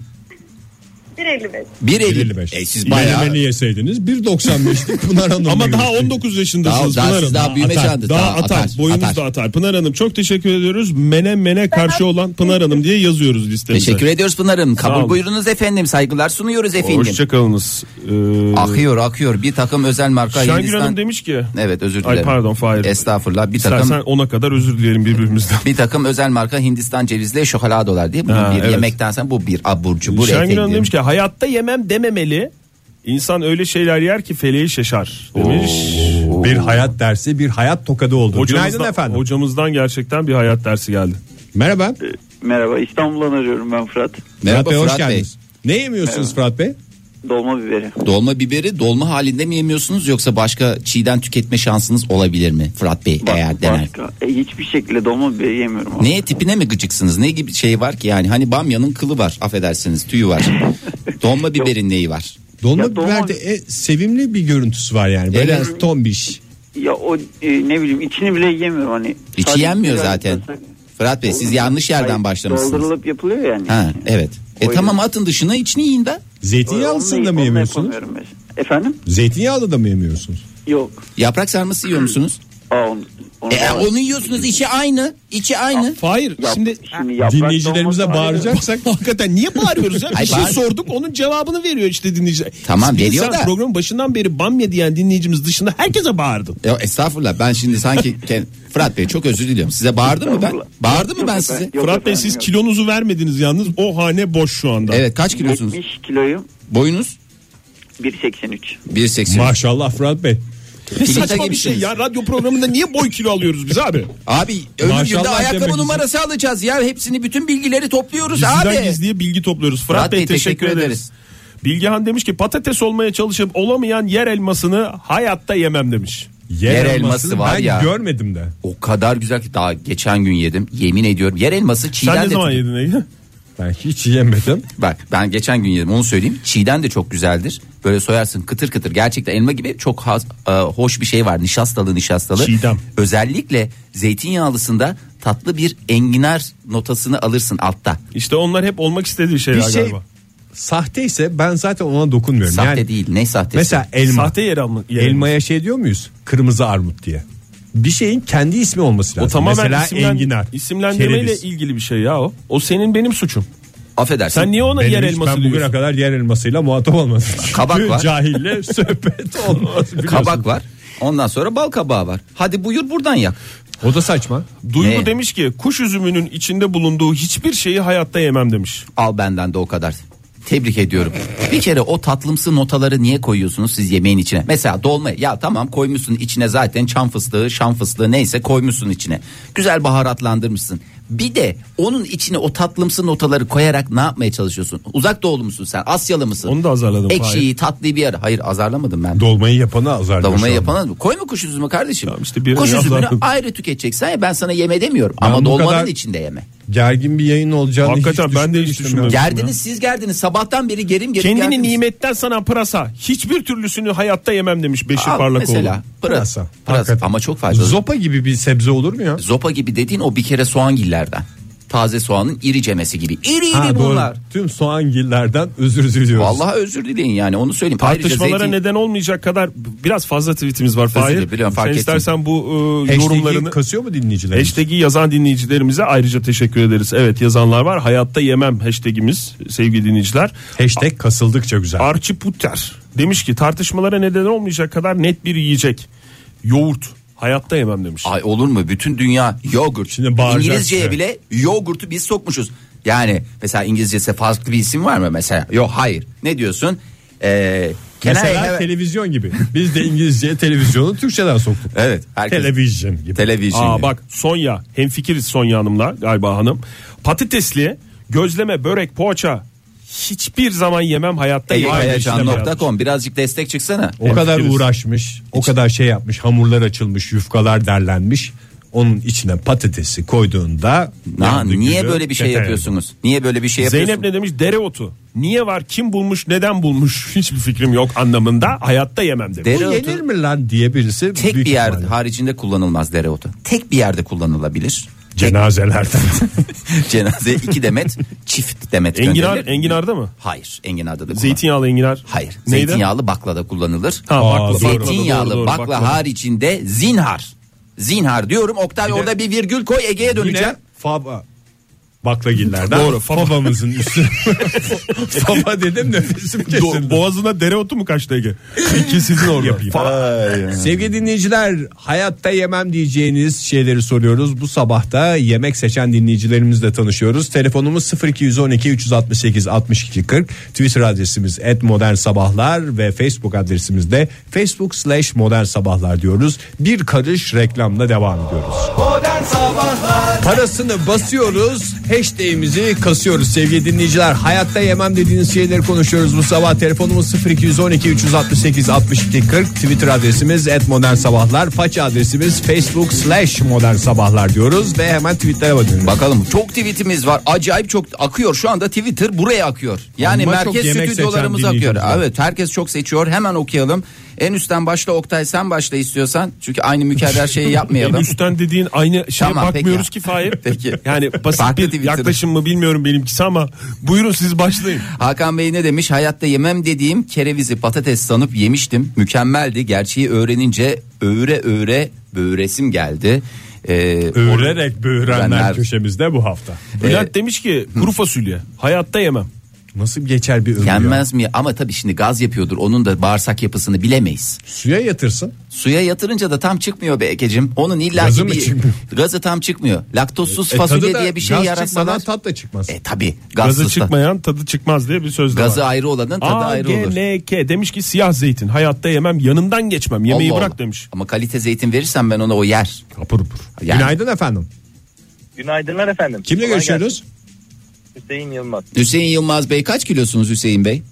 bir elli beş. bir bir elli elli beş. E siz bayağı Menemeni yeseydiniz bir doksan beşlik Pınar Hanım. Ama gibi. daha on dokuz yaşındasınız Daha- daha Pınar siz Hanım. daha büyüme atar. çağında, Daha daha atar. atar, Boyunuz atar. da atar. Pınar Hanım çok teşekkür ediyoruz. Mene mene karşı olan Pınar Hanım diye yazıyoruz listemize. Teşekkür ediyoruz Pınar Hanım. Sağ olun. Kabul buyurunuz efendim. Saygılar sunuyoruz efendim. Hoşçakalınız. Ee, Akıyor akıyor. Bir takım özel marka Şengül Hindistan. Hanım demiş ki. Evet özür dilerim. Ay pardon Fahir. Estağfurullah. Bir İstersen takım ona kadar özür dileyelim birbirimizden. bir takım özel marka Hindistan cevizli şokoladolar diye. Bu Ha, bir evet. yemekten sonra bu bir abur cubur Şengül Hanım efendim. demiş ki hayatta yemem dememeli. İnsan öyle şeyler yer ki feleği şaşar demiş. Bir hayat dersi, bir hayat tokadı oldu. Günaydın Hocamızdan, efendim. hocamızdan gerçekten bir hayat dersi geldi. Merhaba. Merhaba, İstanbul'dan arıyorum ben Fırat. Merhaba Fırat Bey, hoş Fırat Bey. geldiniz. Ne yemiyorsunuz Fırat Bey? Dolma biberi. Dolma biberi dolma halinde mi yemiyorsunuz yoksa başka çiğden tüketme şansınız olabilir mi Fırat Bey Bak- eğer dener? başka- e, hiçbir şekilde dolma biberi yemiyorum. abi. Neye tipine mi gıcıksınız? Ne gibi şey var ki yani hani bamyanın kılı var affedersiniz tüyü var. Dolma biberin neyi var? Dolma Ya dolma- biberde e, sevimli bir görüntüsü var yani. Böyle Evet. tombiş. Ya o e, ne bileyim içini bile yemiyorum hani. İçi Sadece yenmiyor biraz zaten. yasak- Fırat Bey siz yanlış yerden Hayır, başlamışsınız. Doldurulup yapılıyor yani. Ha evet. E O tamam yüzden- atın dışına içini yiyin de. Zeytinyağlısını da Onu- mı onu yemiyorsunuz? yapamıyorum ben. Efendim? Zeytinyağlı da mı yemiyorsunuz? Yok. Yaprak sarması yiyor musunuz? Aa, onu, onu, E, onu yiyorsunuz içi aynı. İçi aynı. Hayır Yap- şimdi şimdi yaprak Dinleyicilerimize dolması ayrı. bağıracaksak hakikaten niye bağırıyoruz ya? Bir Ay, şey bağır- sorduk onun cevabını veriyor işte dinleyiciler. Tamam, Bir veriyor sen da. Programın başından beri bamya diyen dinleyicimiz dışında herkese bağırdın. Ya estağfurullah ben şimdi sanki kend- Fırat Bey çok özür diliyorum. Size bağırdım mı ben? Estağfurullah. Bağırdım mı Yok ben efendim, size? yok Fırat Bey efendim, siz yok. kilonuzu vermediniz yalnız o hane boş şu anda. Evet kaç kilosunuz? yetmiş kiloyum. Boyunuz? bir seksen üç. bir seksen. maşallah Fırat Bey. Ne saçma Filika bir şey gibisiniz. ya radyo programında niye boy kilo alıyoruz biz abi? Abi öbür günde Maşallah ayakkabı demek numarası alacağız ya. Hepsini bütün bilgileri topluyoruz Gizliden abi. gizliye bilgi topluyoruz. Fırat, Fırat Bey, Bey, teşekkür, teşekkür ederiz. ederiz. Bilgehan demiş ki patates olmaya çalışıp olamayan yer elmasını hayatta yemem demiş. Yer, Yer elmasını elması var ben ya. görmedim de. O kadar güzel ki daha geçen gün yedim. Yemin ediyorum yer elması çiğden Sen ne de zaman çok- yedin Ege? Ben hiç yemedim. Bak ben geçen gün yedim onu söyleyeyim. Çiğden de çok güzeldir. Böyle soyarsın kıtır kıtır. Gerçekten elma gibi çok has, e, hoş bir şey var. Nişastalı nişastalı. Çiğdem. Özellikle zeytinyağlısında tatlı bir enginar notasını alırsın altta. İşte onlar hep olmak istediği şeyler Bir şey galiba. sahteyse ben zaten ona dokunmuyorum. Sahte yani değil ne sahtesi? mesela elma. Sahte yer alma. yer Elmaya şey diyor muyuz? Kırmızı armut diye. Bir şeyin kendi ismi olması O lazım. tamamen Mesela isimlen- enginar. isimlendirmeyle kereviz. ilgili bir şey ya o. O senin benim suçum. Affedersin. Sen niye ona Benim yer hiç- elması ben bugüne diyorsun? kadar yer elmasıyla muhatap olmadım. Kabak Çünkü var. Cahille sohbet olmaz biliyorsun. Kabak var. Ondan sonra bal kabağı var. Hadi buyur buradan yak. O da saçma. Duygu Ne? demiş ki kuş üzümünün içinde bulunduğu hiçbir şeyi hayatta yemem demiş. Al benden de o kadar. Tebrik ediyorum. Bir kere o tatlımsı notaları niye koyuyorsunuz siz yemeğin içine? Mesela dolma ya tamam koymuşsun içine zaten çam fıstığı, şam fıstığı neyse koymuşsun içine. Güzel baharatlandırmışsın. Bir de onun içine o tatlımsı notaları koyarak ne yapmaya çalışıyorsun? Uzak doğulu musun sen? Asyalı mısın? Onu da azarladım. Ekşiyi, tatlıyı bir ara. Hayır azarlamadım ben. Dolmayı yapanı azarlıyor. Davulmayı şu anda. yapana koyma kuş üzümü kardeşim. Tamam işte birini kuş üzümünü yazardım. ayrı tüketeceksen ya ben sana yeme demiyorum. Ama bu dolmanın kadar- içinde yeme. Gergin bir yayın olacağını Hakikaten hiç ben de hiç düşünmemiştim düşünmemiştim. ya. Gerdiniz siz gerdiniz sabahtan beri gerim gerim Kendini gerdiniz. nimetten sana pırasa. Hiçbir türlüsünü hayatta yemem demiş Beşir Al Parlakoğlu. mesela pırasa. Pırasa. Pırasa. Hakikaten. Ama çok faydalı. Zopa gibi bir sebze olur mu ya? Zopa gibi dediğin o bir kere soğangillerden. taze soğanın iricemesi gibi. İri Ha, iri doğru. bunlar. Tüm soğangillerden özür diliyoruz. Vallahi özür dileyin yani onu söyleyeyim. Tartışmalara Ayrıca zeytin... neden olmayacak kadar biraz fazla tweetimiz var. Özür Fahir. dilerim, biliyorum, fark Sen ettim. istersen bu e, Hashtag'i yorumlarını kasıyor mu dinleyicilerimiz? Hashtag'i yazan dinleyicilerimize ayrıca teşekkür ederiz. Evet, yazanlar var. Hayatta yemem hashtagimiz sevgili dinleyiciler. Hashtag kasıldıkça güzel. Archie Putter demiş ki tartışmalara neden olmayacak kadar net bir yiyecek. Yoğurt. Hayatta yemem demiş. Ay olur mu? Bütün dünya yogurt. Şimdi bağıracak İngilizceye size. bile yogurtu biz sokmuşuz. Yani mesela İngilizcesi farklı bir isim var mı mesela? Yok, hayır. Ne diyorsun? Ee, Mesela have... televizyon gibi. Biz de İngilizceye televizyonu Türkçeden soktuk. Evet. Herkes... Televizyon gibi. Televizyon Aa gibi. bak Sonya, hemfikiriz Sonya Hanım'la galiba hanım. Patatesli, gözleme, börek, poğaça hiçbir zaman yemem, hayatta yemem. Eyvayacan nokta com birazcık destek çıksana. O kadar Hemfikiriz. uğraşmış, o kadar şey yapmış, hamurlar açılmış, yufkalar derlenmiş. Onun içine patatesi koyduğunda Na, yandı niye gülü, böyle bir şey tepe yapıyorsunuz? Niye böyle bir şey yapıyorsunuz? Zeynep ne demiş? Dereotu. Niye var? Kim bulmuş? Neden bulmuş? Hiçbir fikrim yok anlamında. Hayatta yemem demiş. Bu Dereotu yenir mi lan diye birisi tek büyük bir yer ihtimalle. haricinde kullanılmaz dereotu. Tek bir yerde kullanılabilir. Cenazelerden. Cenaze iki demet, çift demet Enginar, gönderilir. enginarda mı? Hayır, enginarda da kullan. Zeytinyağlı enginar. Hayır, Neydi? zeytinyağlı bakla da kullanılır. Ha, Aa, bakla, bakla, Zeytinyağlı doğru, doğru, bakla, bakla. haricinde zinhar. Zinhar diyorum. Oktay orada bir virgül koy, Ege'ye döneceğim. Yine faba. Baklagillerden. Doğru, faba. Fabamızın üstü. Faba dedim nefesim kesildi. Do- boğazına dereotu mu kaçtı Ege? Bir kesildin orada. Fa- Sevgili dinleyiciler, hayatta yemem diyeceğiniz şeyleri soruyoruz. Bu sabahta yemek seçen dinleyicilerimizle tanışıyoruz. Telefonumuz sıfır iki on iki üç altı sekiz altmış iki kırk. Twitter adresimiz et modern sabahlar ve Facebook adresimiz de facebook slash modern sabahlar diyoruz. Bir karış reklamla devam ediyoruz. Modern Sabahlar. Parasını basıyoruz, hashtag'imizi kasıyoruz sevgili dinleyiciler. Hayatta yemem dediğiniz şeyleri konuşuyoruz bu sabah. Telefonumuz sıfır iki on iki üç altı sekiz altmış iki kırk. Twitter adresimiz et modern sabahlar. Faça adresimiz facebook slash modern sabahlar diyoruz ve hemen tweetlere bakın. Bakalım, çok tweetimiz var. Acayip çok akıyor. Şu anda Twitter buraya akıyor. Yani Ama çok merkez yemek stüdyolarımız seçen akıyor. dinleyicimiz var. Evet, herkes çok seçiyor. Hemen okuyalım. En üstten başla Oktay, sen başla istiyorsan. Çünkü aynı mükerrer şeyi En yapmayalım. üstten dediğin aynı şeye Tamam, peki bakmıyoruz ya. ki Fahir. Peki. Yani basit Farklı bir Twitter'ı. yaklaşım mı bilmiyorum benimkisi ama buyurun siz başlayın. Hakan Bey ne demiş? Hayatta yemem dediğim kerevizi patates sanıp yemiştim. Mükemmeldi. Gerçeği öğrenince öğre öğre böğresim geldi. Ee, Öğrerek böğürenler Öğrenler- köşemizde bu hafta. Bülent demiş ki kuru fasulye hayatta yemem. Nasıl geçer bir ömür ya? Yenmez mi? Ama tabii şimdi gaz yapıyordur. Onun da bağırsak yapısını bilemeyiz. Suya yatırsın. Suya yatırınca da tam çıkmıyor be Egeciğim. Onun illa Gazı ki mı bir çıkmıyor? gazı tam çıkmıyor. Laktozsuz E, fasulye tadı da diye bir şey gaz yaratsalar. çıkmadan tat da çıkmaz. E tabii Gazı gazsız da. çıkmayan tadı çıkmaz diye bir söz de Gazı var. ayrı olanın tadı A ayrı G olur. N K demiş ki siyah zeytin hayatta yemem, yanından geçmem, yemeği Allah bırak Allah. demiş. Ama kalite zeytin verirsen ben ona o yer. Kapır pur. Yani- Günaydın efendim. Günaydınlar efendim. Kimle Kolay görüşüyoruz? gelsin. Hüseyin Yılmaz. Hüseyin Yılmaz Bey, kaç kilosunuz Hüseyin Bey?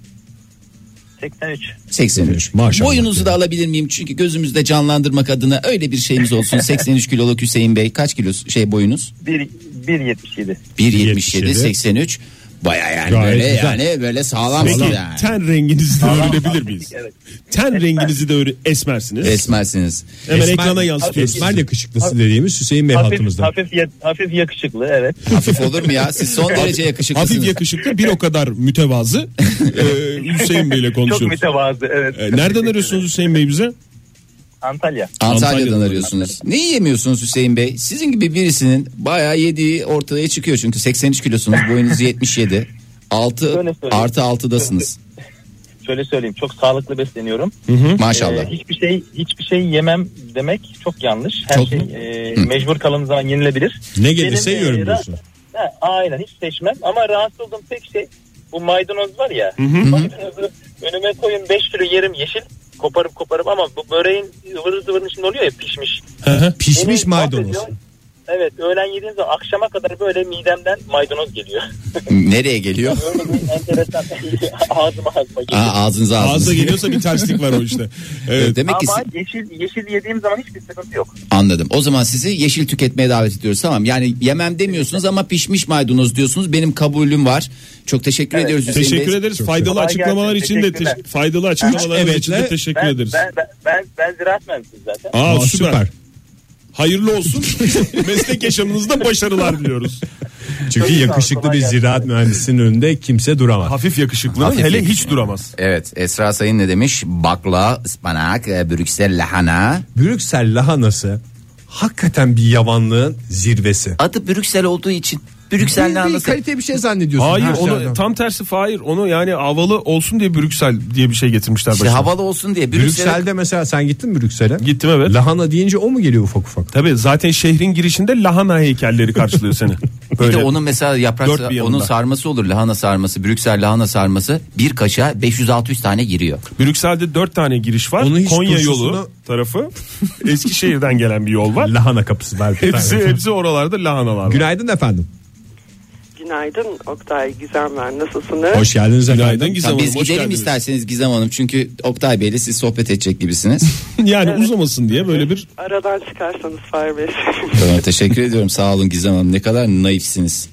seksen üç. seksen üç. Maşallah. Boyunuzu da alabilir miyim? Çünkü gözümüzde canlandırmak adına öyle bir şeyimiz olsun. seksen üç kiloluk Hüseyin Bey, kaç kilo şey boyunuz? bir yetmiş yedi. bir yetmiş yedi, yetmiş yedi. seksen üç. Baya yani Gayet böyle güzel. yani böyle sağlam Peki yani. ten renginizi de öğrenebilir miyiz? Evet. Ten renginizi de öğre esmersiniz. Esmersiniz. Hemen ekrana yansıtıyoruz. Esmer yakışıklısı dediğimiz Hüseyin Bey Hafif, hattımızda. hafif, ya- hafif yakışıklı evet. Hafif olur mu ya? Siz son derece yakışıklısınız. Hafif yakışıklı, bir o kadar mütevazı. Ee, Hüseyin Bey ile Çok konuşuyoruz. mütevazı evet. Ee, nereden arıyorsunuz Hüseyin Bey bize? Antalya. Antalya'dan Antalya'dan arıyorsunuz. Neyi yemiyorsunuz Hüseyin Bey? Sizin gibi birisinin bayağı yediği ortaya çıkıyor. Çünkü seksen üç kilosunuz, boyunuz yetmiş yedi. altı Şöyle söyleyeyim. artı altıdasınız. Şöyle söyleyeyim, çok sağlıklı besleniyorum. Maşallah. Ee, hiçbir şey hiçbir şey yemem demek çok yanlış. Her Çok şey mu? e, mecbur kalındığı zaman yenilebilir. Ne gelirse Benim, e, yiyorum ra- diyorsun. Ha, aynen, hiç seçmem ama rahatsız olduğum tek şey bu maydanoz var ya. Maydanozu önüme koyun, beş kilo yerim yeşil. Koparıp koparıp ama bu böreğin ıvır zıvırın içinde oluyor ya, pişmiş. Pişmiş Beni maydanoz. mahvediyor. Evet, öğlen yediğim zaman akşama kadar böyle midemden maydanoz geliyor. Nereye geliyor? Öyle bir enteresan ağzıma ağzıma geliyor. Aa, ağzınıza Ağızda ağzınıza. geliyorsa bir terslik var o işte. Evet. Demek ki Ama yeşil yeşil yediğim zaman hiçbir sıkıntı yok. anladım. O zaman sizi yeşil tüketmeye davet ediyoruz. Tamam. Yani yemem demiyorsunuz ama pişmiş maydanoz diyorsunuz. Benim kabulüm var. Çok teşekkür Evet, ediyoruz Hüseyin Teşekkür Bey. ederiz. Faydalı Kolay açıklamalar gelsin, için de teşekkürler. te- faydalı açıklamalar evet için de le- teşekkür Ben, ederiz. ben, ben, ben, ben ziraat mühendisiyim zaten. Aa, Aa, süper. süper. Hayırlı olsun. Meslek yaşamınızda başarılar diliyoruz. Çünkü yakışıklı bir ziraat mühendisinin önünde kimse duramaz. Hafif yakışıklının Hafif hele yakışıklı. hiç duramaz. Evet, Esra Sayın ne demiş? Bakla, ıspanak, e, Brüksel lahana. Brüksel lahanası hakikaten bir yavanlığın zirvesi. Adı Brüksel olduğu için Brüksel Bir, bir lahanası. kalite bir şey zannediyorsun. Hayır her onu şeyden. tam tersi Fahir, onu yani havalı olsun diye Brüksel diye bir şey getirmişler İşte başına. havalı olsun diye Brüksel'e. Brüksel'de mesela sen gittin mi Brüksel'e? Gittim, evet. Lahana deyince o mu geliyor ufak ufak? Tabii zaten şehrin girişinde lahana heykelleri karşılıyor seni. Bir Böyle. de onun mesela yaprak Dört bir yanında. onun sarması olur, lahana sarması, Brüksel lahana sarması bir kaşığa beş yüz altı yüz tane giriyor. Brüksel'de dört tane giriş var. Onu hiç Konya turşusunu- yolu tarafı. Eskişehir'den gelen bir yol var. Lahana kapısı var. bir Hepsi tane. hepsi oralarda lahanalar var. Günaydın efendim. Günaydın Oktay, Gizem ben. Nasılsınız? Hoş geldiniz efendim. Günaydın Gizem Ya Hanım, biz hoş gidelim geldiniz. isterseniz Gizem Hanım, çünkü Oktay Bey'le siz sohbet edecek gibisiniz. Yani uzamasın diye böyle bir Aradan çıkarsanız Fahir Bey. Tamam, teşekkür ediyorum, sağ olun Gizem Hanım, ne kadar naifsiniz.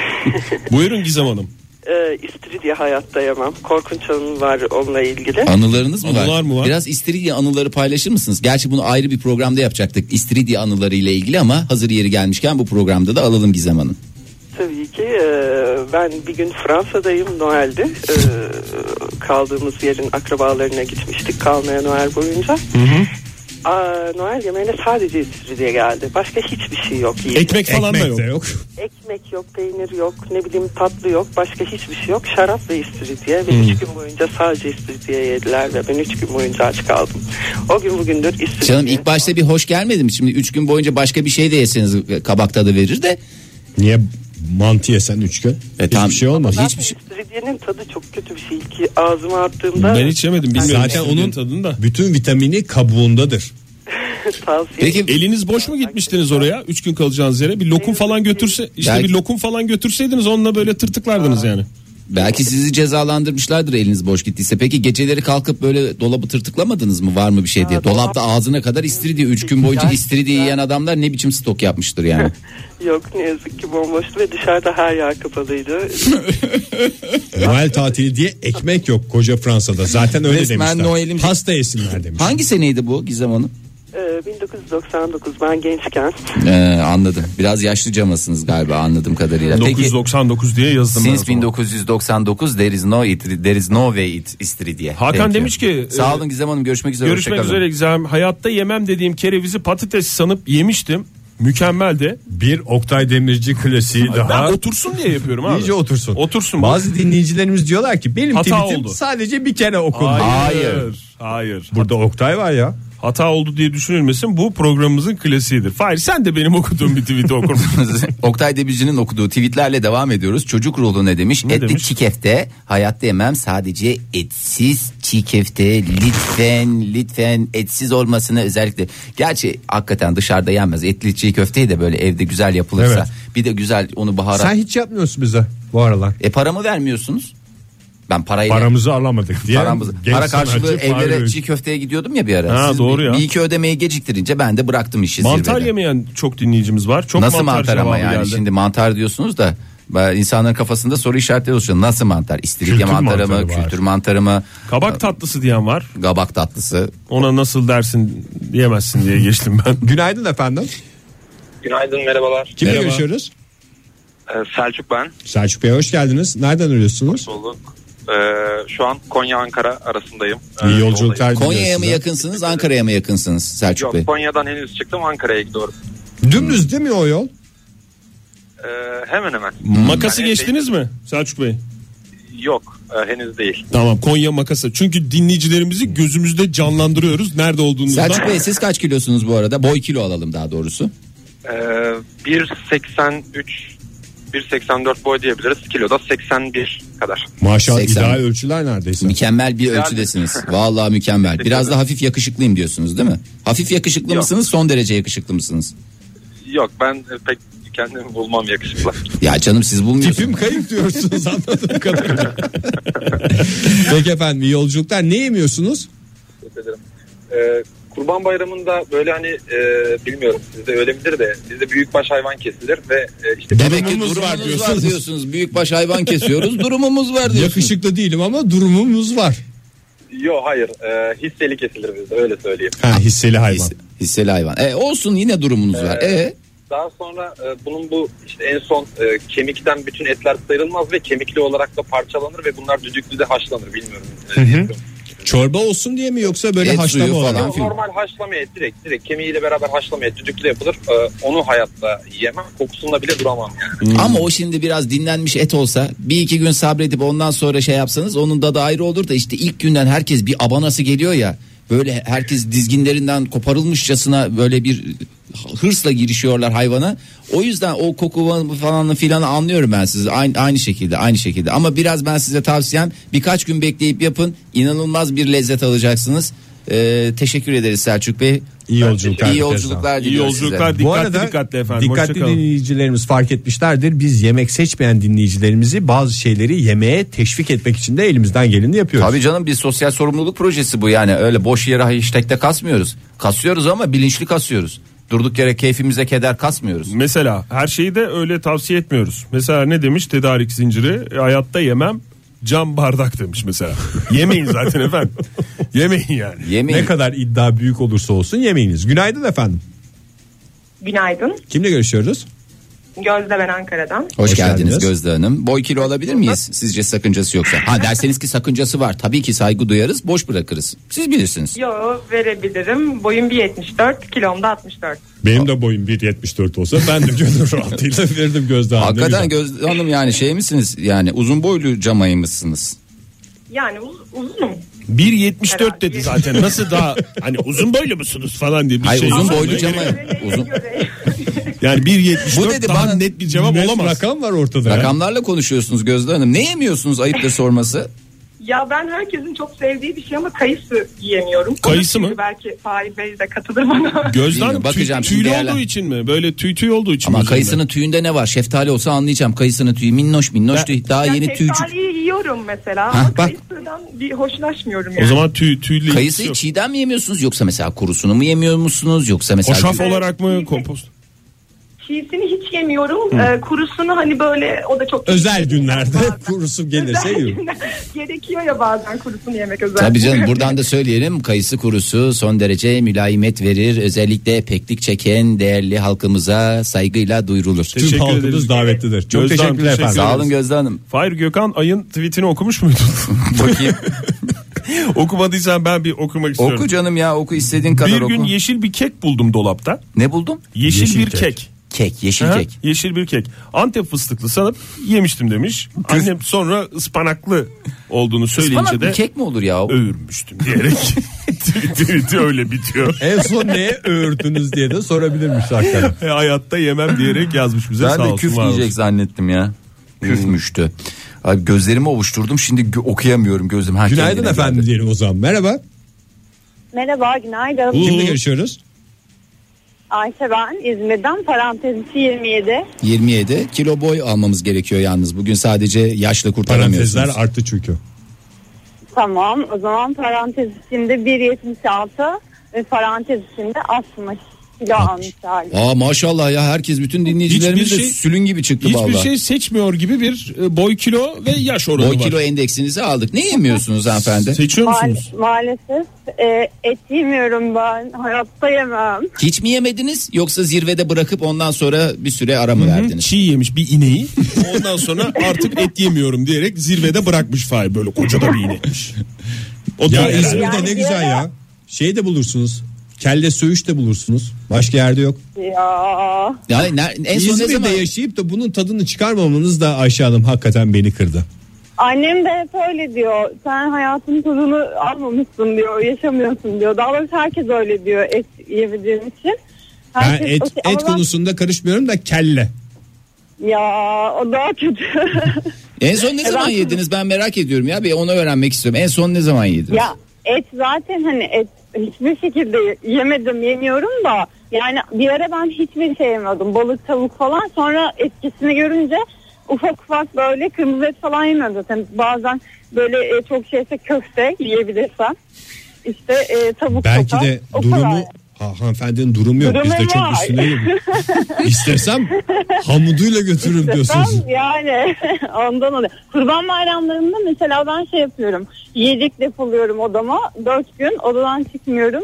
buyurun Gizem Hanım. Ee, İstiridye hayatta yemem. Korkunç anım var onunla ilgili. Anılarınız mı var? Anılar mı var? Biraz İstiridye anıları paylaşır mısınız? Gerçi bunu ayrı bir programda yapacaktık, İstiridye anıları ile ilgili, ama hazır yeri gelmişken bu programda da alalım Gizem Hanım. Tabii ki e, ben bir gün Fransa'dayım, Noel'de. E, kaldığımız yerin akrabalarına gitmiştik kalmaya Noel boyunca. Hı hı. Aa, Noel yemeğine sadece istiridye geldi. Başka hiçbir şey yok. yiyecek. Ekmek falan Ekmek da yok. de yok. Ekmek yok, peynir yok, ne bileyim tatlı yok, başka hiçbir şey yok. Şarap ve istiridye ve Hmm. üç gün boyunca sadece istiridye yediler ve ben üç gün boyunca aç kaldım. O gün bugündür istiridye. Canım ilk başta bir hoş gelmedi mi? Şimdi üç gün boyunca başka bir şey de yeseniz kabak tadı verir de. Niye mantı yesen üç gün? Hiçbir tamam. şey olmaz. Zaten hiçbir şey- istiridyenin tadı çok kötü bir şey ki ağzıma attığımda. Ben hiç yemedim, bilmiyorum. Zaten İstiridyenin onun tadını da. bütün vitamini kabuğundadır. tavsiye Peki Eliniz boş mu gitmiştiniz oraya? Üç gün kalacağınız yere. Bir lokum falan götürse, işte Belki- bir lokum falan götürseydiniz onunla böyle tırtıklardınız yani. belki sizi cezalandırmışlardır eliniz boş gittiyse. Peki geceleri kalkıp böyle dolabı tırtıklamadınız mı, var mı bir şey diye? Dolapta ağzına kadar istiridye, üç gün boyunca istiridye yiyen adamlar ne biçim stok yapmıştır yani. Yok, ne yazık ki bomboştu ve dışarıda her yer kapalıydı. Noel tatili diye ekmek yok koca Fransa'da. Zaten öyle Resmen demişler. Noel'in- Pasta yesinler demiş. Hangi seneydi bu Gizem Hanım? Ee, bin dokuz yüz doksan dokuz ben gençken. Ee, anladım. Biraz yaşlı camasınız galiba anladığım kadarıyla. dokuz Peki yüz doksan dokuz diye yazdım ben. o since zaman. bin dokuz yüz doksan dokuz there is no it, there is no way it istiridye. Hakan Peki. demiş ki, sağ e, olun Gizem Hanım, görüşmek üzere. Görüşmek hoşça kalın. üzere Gizem. Hayatta yemem dediğim kerevizi patates sanıp yemiştim. Mükemmeldi. Bir Oktay Demirci klasiği daha. Ben otursun diye yapıyorum abi. İyice otursun. Otursun. Bazı dinleyicilerimiz diyorlar ki benim Hata tweetim oldu. sadece bir kere okundu. Hayır. Hayır. Burada Oktay var ya. Hata oldu diye düşünülmesin, bu programımızın klasiğidir. Fahir, sen de benim okuduğum bir tweet'i okur musun? Oktay Demirci'nin okuduğu tweetlerle devam ediyoruz. Çocuk ruhu ne demiş? Ne Etli demiş? çiğ köfte hayatta yemem, sadece etsiz çiğ köfte, lütfen lütfen etsiz olmasını özellikle. Gerçi hakikaten dışarıda yenmez. Etli çiğ köfteyi de böyle evde güzel yapılırsa, Evet. bir de güzel onu baharat. Sen hiç yapmıyorsun bize bu aralar. E paramı vermiyorsunuz. Ben parayla Paramızı alamadık diye. paramızı genç para karşılığı sanatçı Fahri evlere Öğünç. çiğ köfteye gidiyordum ya bir ara. Ha, Siz doğru bir, ya. bir iki ödemeyi geciktirince ben de bıraktım işi Mantar zirvede. yemeyen çok dinleyicimiz var. Çok Nasıl mantar, mantar ama cevabı yani geldi. şimdi mantar diyorsunuz da ben- insanların kafasında soru işaretleri oluşuyor. Nasıl mantar? İstiridye Kültür mantarı mı? mantarı var. Kültür mantarı mı? Kabak tatlısı diyen var. Kabak tatlısı. Ona nasıl dersin diyemezsin diye geçtim ben. Günaydın efendim. Günaydın, merhabalar. Kimle Merhaba. görüşüyoruz? Ee, Selçuk ben. Selçuk Bey hoş geldiniz. Nereden arıyorsunuz? Bulduk. Ee, şu an Konya-Ankara arasındayım. Ee, İyi yolculuklar yoldayım. Konya'ya diliyoruz mı size. yakınsınız, Ankara'ya mı yakınsınız Selçuk Yok, Bey? Konya'dan henüz çıktım, Ankara'ya gidiyorum. Dümdüz değil mi o yol? Ee, hemen hemen. Makası Yani geçtiniz mi Selçuk Bey? Yok, e, henüz değil. Tamam, Konya makası. Çünkü dinleyicilerimizi gözümüzde canlandırıyoruz. Nerede olduğunuzdan. Selçuk Bey siz kaç kilosunuz bu arada? Boy kilo alalım daha doğrusu. Ee, bir seksen üç bir seksen dört boy diyebiliriz. Kiloda seksen bir kadar. Maşallah seksen. ideal ölçüler neredeyse. Mükemmel bir Güzel. ölçüdesiniz. Vallahi mükemmel. Biraz da hafif yakışıklıyım diyorsunuz değil mi? Hafif yakışıklı Yok. mısınız, son derece yakışıklı mısınız? Yok, ben e, pek kendimi bulmam yakışıklı. Ya canım siz bulmuyorsunuz. Tipim kayıp diyorsunuz anladığım kadarıyla. Peki efendim iyi yolculuklar. Ne yemiyorsunuz? Teşekkür ederim. Ee, Kurban Bayramı'nda böyle hani e, bilmiyorum sizde öyle midir de bizde büyükbaş hayvan kesilir ve e, işte Demek ki Durumumuz durumumuz var var diyorsunuz. diyorsunuz. Büyükbaş hayvan kesiyoruz, durumumuz var diyorsunuz. Yakışıklı değilim ama durumumuz var. yok hayır e, hisseli kesilir bizde, öyle söyleyeyim. Ha, hisseli hayvan. Hisse- hisseli hayvan. E, olsun yine durumunuz var. E Daha sonra e, bunun bu işte en son e, kemikten bütün etler sıyrılmaz ve kemikli olarak da parçalanır ve bunlar düdüklüde haşlanır, bilmiyorum. Hı hı. Çorba olsun diye mi yoksa böyle Et haşlama suyu olarak? falan. Normal haşlama et, direkt direkt kemiğiyle beraber haşlama et düdüklüde yapılır. E, onu hayatta yemem, kokusunda bile duramam yani. Ama o şimdi biraz dinlenmiş et olsa bir iki gün sabredip ondan sonra şey yapsanız onun tadı ayrı olur da işte ilk günden herkes bir abanası geliyor ya. Böyle herkes dizginlerinden koparılmışçasına böyle bir hırsla girişiyorlar hayvana. O yüzden o koku falan filanı anlıyorum ben sizi. Aynı, aynı şekilde aynı şekilde. Ama biraz ben size tavsiyem birkaç gün bekleyip yapın. İnanılmaz bir lezzet alacaksınız. Ee, teşekkür ederiz Selçuk Bey. İyi yolculuklar. İyi yolculuklar İyi diliyoruz yolculuklar. size. Bu Dikkatli arada dikkatli efendim. dikkatli Hoşça kalın. dinleyicilerimiz fark etmişlerdir. Biz yemek seçmeyen dinleyicilerimizi bazı şeyleri yemeye teşvik etmek için de elimizden geleni yapıyoruz. Tabii canım, bir sosyal sorumluluk projesi bu yani. Öyle boş yere hashtag'te kasmıyoruz. Kasıyoruz ama bilinçli kasıyoruz. Durduk yere keyfimize keder kasmıyoruz. Mesela her şeyi de öyle tavsiye etmiyoruz. Mesela ne demiş tedarik zinciri? E, hayatta yemem, cam bardak demiş mesela. Yemeyin zaten efendim. Yemeyin yani. Yemeyin. Ne kadar iddia büyük olursa olsun yemeyiniz. Günaydın efendim. Günaydın. Kimle görüşüyoruz? Gözde, ben Ankara'dan. Hoş, Hoş geldiniz, geldiniz Gözde Hanım. Boy kilo alabilir miyiz? Sizce sakıncası yoksa. Ha derseniz ki sakıncası var. Tabii ki saygı duyarız, boş bırakırız. Siz bilirsiniz. Yo, verebilirim. Boyum bir yetmiş dört, kilom da altmış dört. Benim de boyum bir yetmiş dört olsa ben de gönül rahatlığıyla verdim Gözde Hanım. Hakikaten Gözde Hanım yani şey misiniz? Yani uzun boylu camayı mısınız? Yani uz- uzunum. bir yetmiş dört Herhalde. dedi zaten. Nasıl daha hani uzun boylu musunuz falan diye bir Hayır, şey. uzun sormaya boylu gerek cama. yok. Uzun. Yani bir yetmiş Bu dört dedi daha bana- net bir cevap Net olamaz. rakam var ortada. ya. Rakamlarla konuşuyorsunuz Gözde Hanım. Ne yemiyorsunuz, ayıptır sorması? Ya ben herkesin çok sevdiği bir şey ama kayısı yiyemiyorum. Kayısı Ona mı? çünkü belki Fahir Bey de katılır bana. Gözde Bilmiyorum, Hanım tüy, bakacağım şimdi tüylü değerlen- olduğu için mi? Böyle tüy tüy olduğu için Ama mi? kayısının tüyünde ne var? Şeftali olsa anlayacağım. Kayısının tüyü minnoş minnoş Ya- tüy. Daha Ya yeni tüycük. şeftaliyi yiyorum mesela Ha, ama bak. kayısıdan bir hoşlaşmıyorum yani. O zaman tüy tüylü ilgisi Kayısıyı yok. çiğden mi yemiyorsunuz yoksa mesela kurusunu mu yemiyor musunuz yoksa mesela Hoşaf Evet. olarak mı kompost? Çiğsini hiç yemiyorum. Ee, kurusunu hani böyle o da çok Özel günlerde Bazen. kurusu gelirse Özel yiyorum. günler gerekiyor ya bazen kurusunu yemek özel. Tabii canım, buradan da söyleyelim, kayısı kurusu son derece mülayimet verir. Özellikle peklik çeken değerli halkımıza saygıyla duyurulur. Tüm Teşekkür halkımız ederiz. davetlidir. Çok Gözde Hanım, teşekkürler teşekkür efendim. Sağ olun Gözde Hanım. Fahir Gökhan Ay'ın tweetini okumuş muydun? Bakayım. Okumadıysan ben bir okumak istiyorum. Oku canım ya, oku istediğin kadar Bir oku. gün yeşil bir kek buldum dolapta. Ne buldun? Yeşil, Yeşil bir kek. kek. Kek, yeşil Ha, kek. yeşil bir kek. Antep fıstıklı sanıp yemiştim demiş. Annem sonra ıspanaklı olduğunu söyleyince Ispanaklı de kek mi olur ya? övürmüştüm diyerek tweet'i öyle bitiyor. En son neye öğürdünüz diye de sorabilirmiş hakikaten. E, hayatta yemem diyerek yazmış bize, Ben sağ de olsun. küf var olsun. yiyecek zannettim ya. Küfmüştü. Abi gözlerimi ovuşturdum, şimdi gö- okuyamıyorum gözüm. Ha, Günaydın kendine efendim geldi. diyelim o zaman. Merhaba. Merhaba, günaydın. Kimle görüşüyoruz? Ayşe ben, İzmir'den, parantez içi yirmi yedi. yirmi yedi kilo boy almamız gerekiyor yalnız. Bugün sadece yaşla kurtaramıyorsunuz. Parantezler arttı çünkü. Tamam, o zaman parantez içinde bir yetmiş altı ve parantez içinde altmış kilo almış hali. Aa maşallah ya, herkes, bütün dinleyicilerimiz Hiçbir de şey- sülün gibi çıktı Hiçbir vallahi. şey seçmiyor gibi bir e, boy kilo ve yaş oranı Boy var. kilo endeksinizi aldık. Ne yemiyorsunuz hanımefendi? Seçiyor musunuz? Maal- maalesef e, et yemiyorum ben, hayatta yemem. Hiç mi yemediniz yoksa zirvede bırakıp ondan sonra bir süre ara mı Hı, verdiniz? Çiğ yemiş bir ineği. Ondan sonra artık et yemiyorum diyerek zirvede bırakmış Fahir, böyle koca da bir inekmiş. O Ya da İzmir'de Yani ne bir güzel ara- ya. Şey de bulursunuz. Kelle söğüş de bulursunuz. Başka yerde yok. Ya Yani ne- en son ne İzmir'de zaman? yaşayıp da bunun tadını çıkarmamanız da Ayşe Hanım hakikaten beni kırdı. annem de hep öyle diyor. Sen hayatın tadını almamışsın diyor, yaşamıyorsun diyor. Daha doğrusu herkes öyle diyor et yemediğim için. Ben Herkes et, o şey- ama et ben- konusunda karışmıyorum da kelle. Ya o daha kötü. En son ne zaman Evet. yediniz, ben merak ediyorum ya, bir onu öğrenmek istiyorum. En son ne zaman yediniz? Ya et zaten hani et hiçbir şekilde yemedim, yemiyorum da yani bir ara ben hiçbir şey yemiyordum, balık tavuk falan, sonra etkisini görünce ufak ufak böyle kırmızı et falan yemiyorum zaten, bazen böyle e, çok şeyse köfte yiyebilirsem işte e, tavuk Belki sokak, de o durumu kadar. ha, hanımefendinin durumu yok. Durumu Biz de çok var. üstüneyim. İstesem hamuduyla götürürüm diyorsunuz. Ben yani ondan oluyor. Kurban bayramlarında mesela ben şey yapıyorum. Yiyecek depoluyorum odama. Dört gün odadan çıkmıyorum.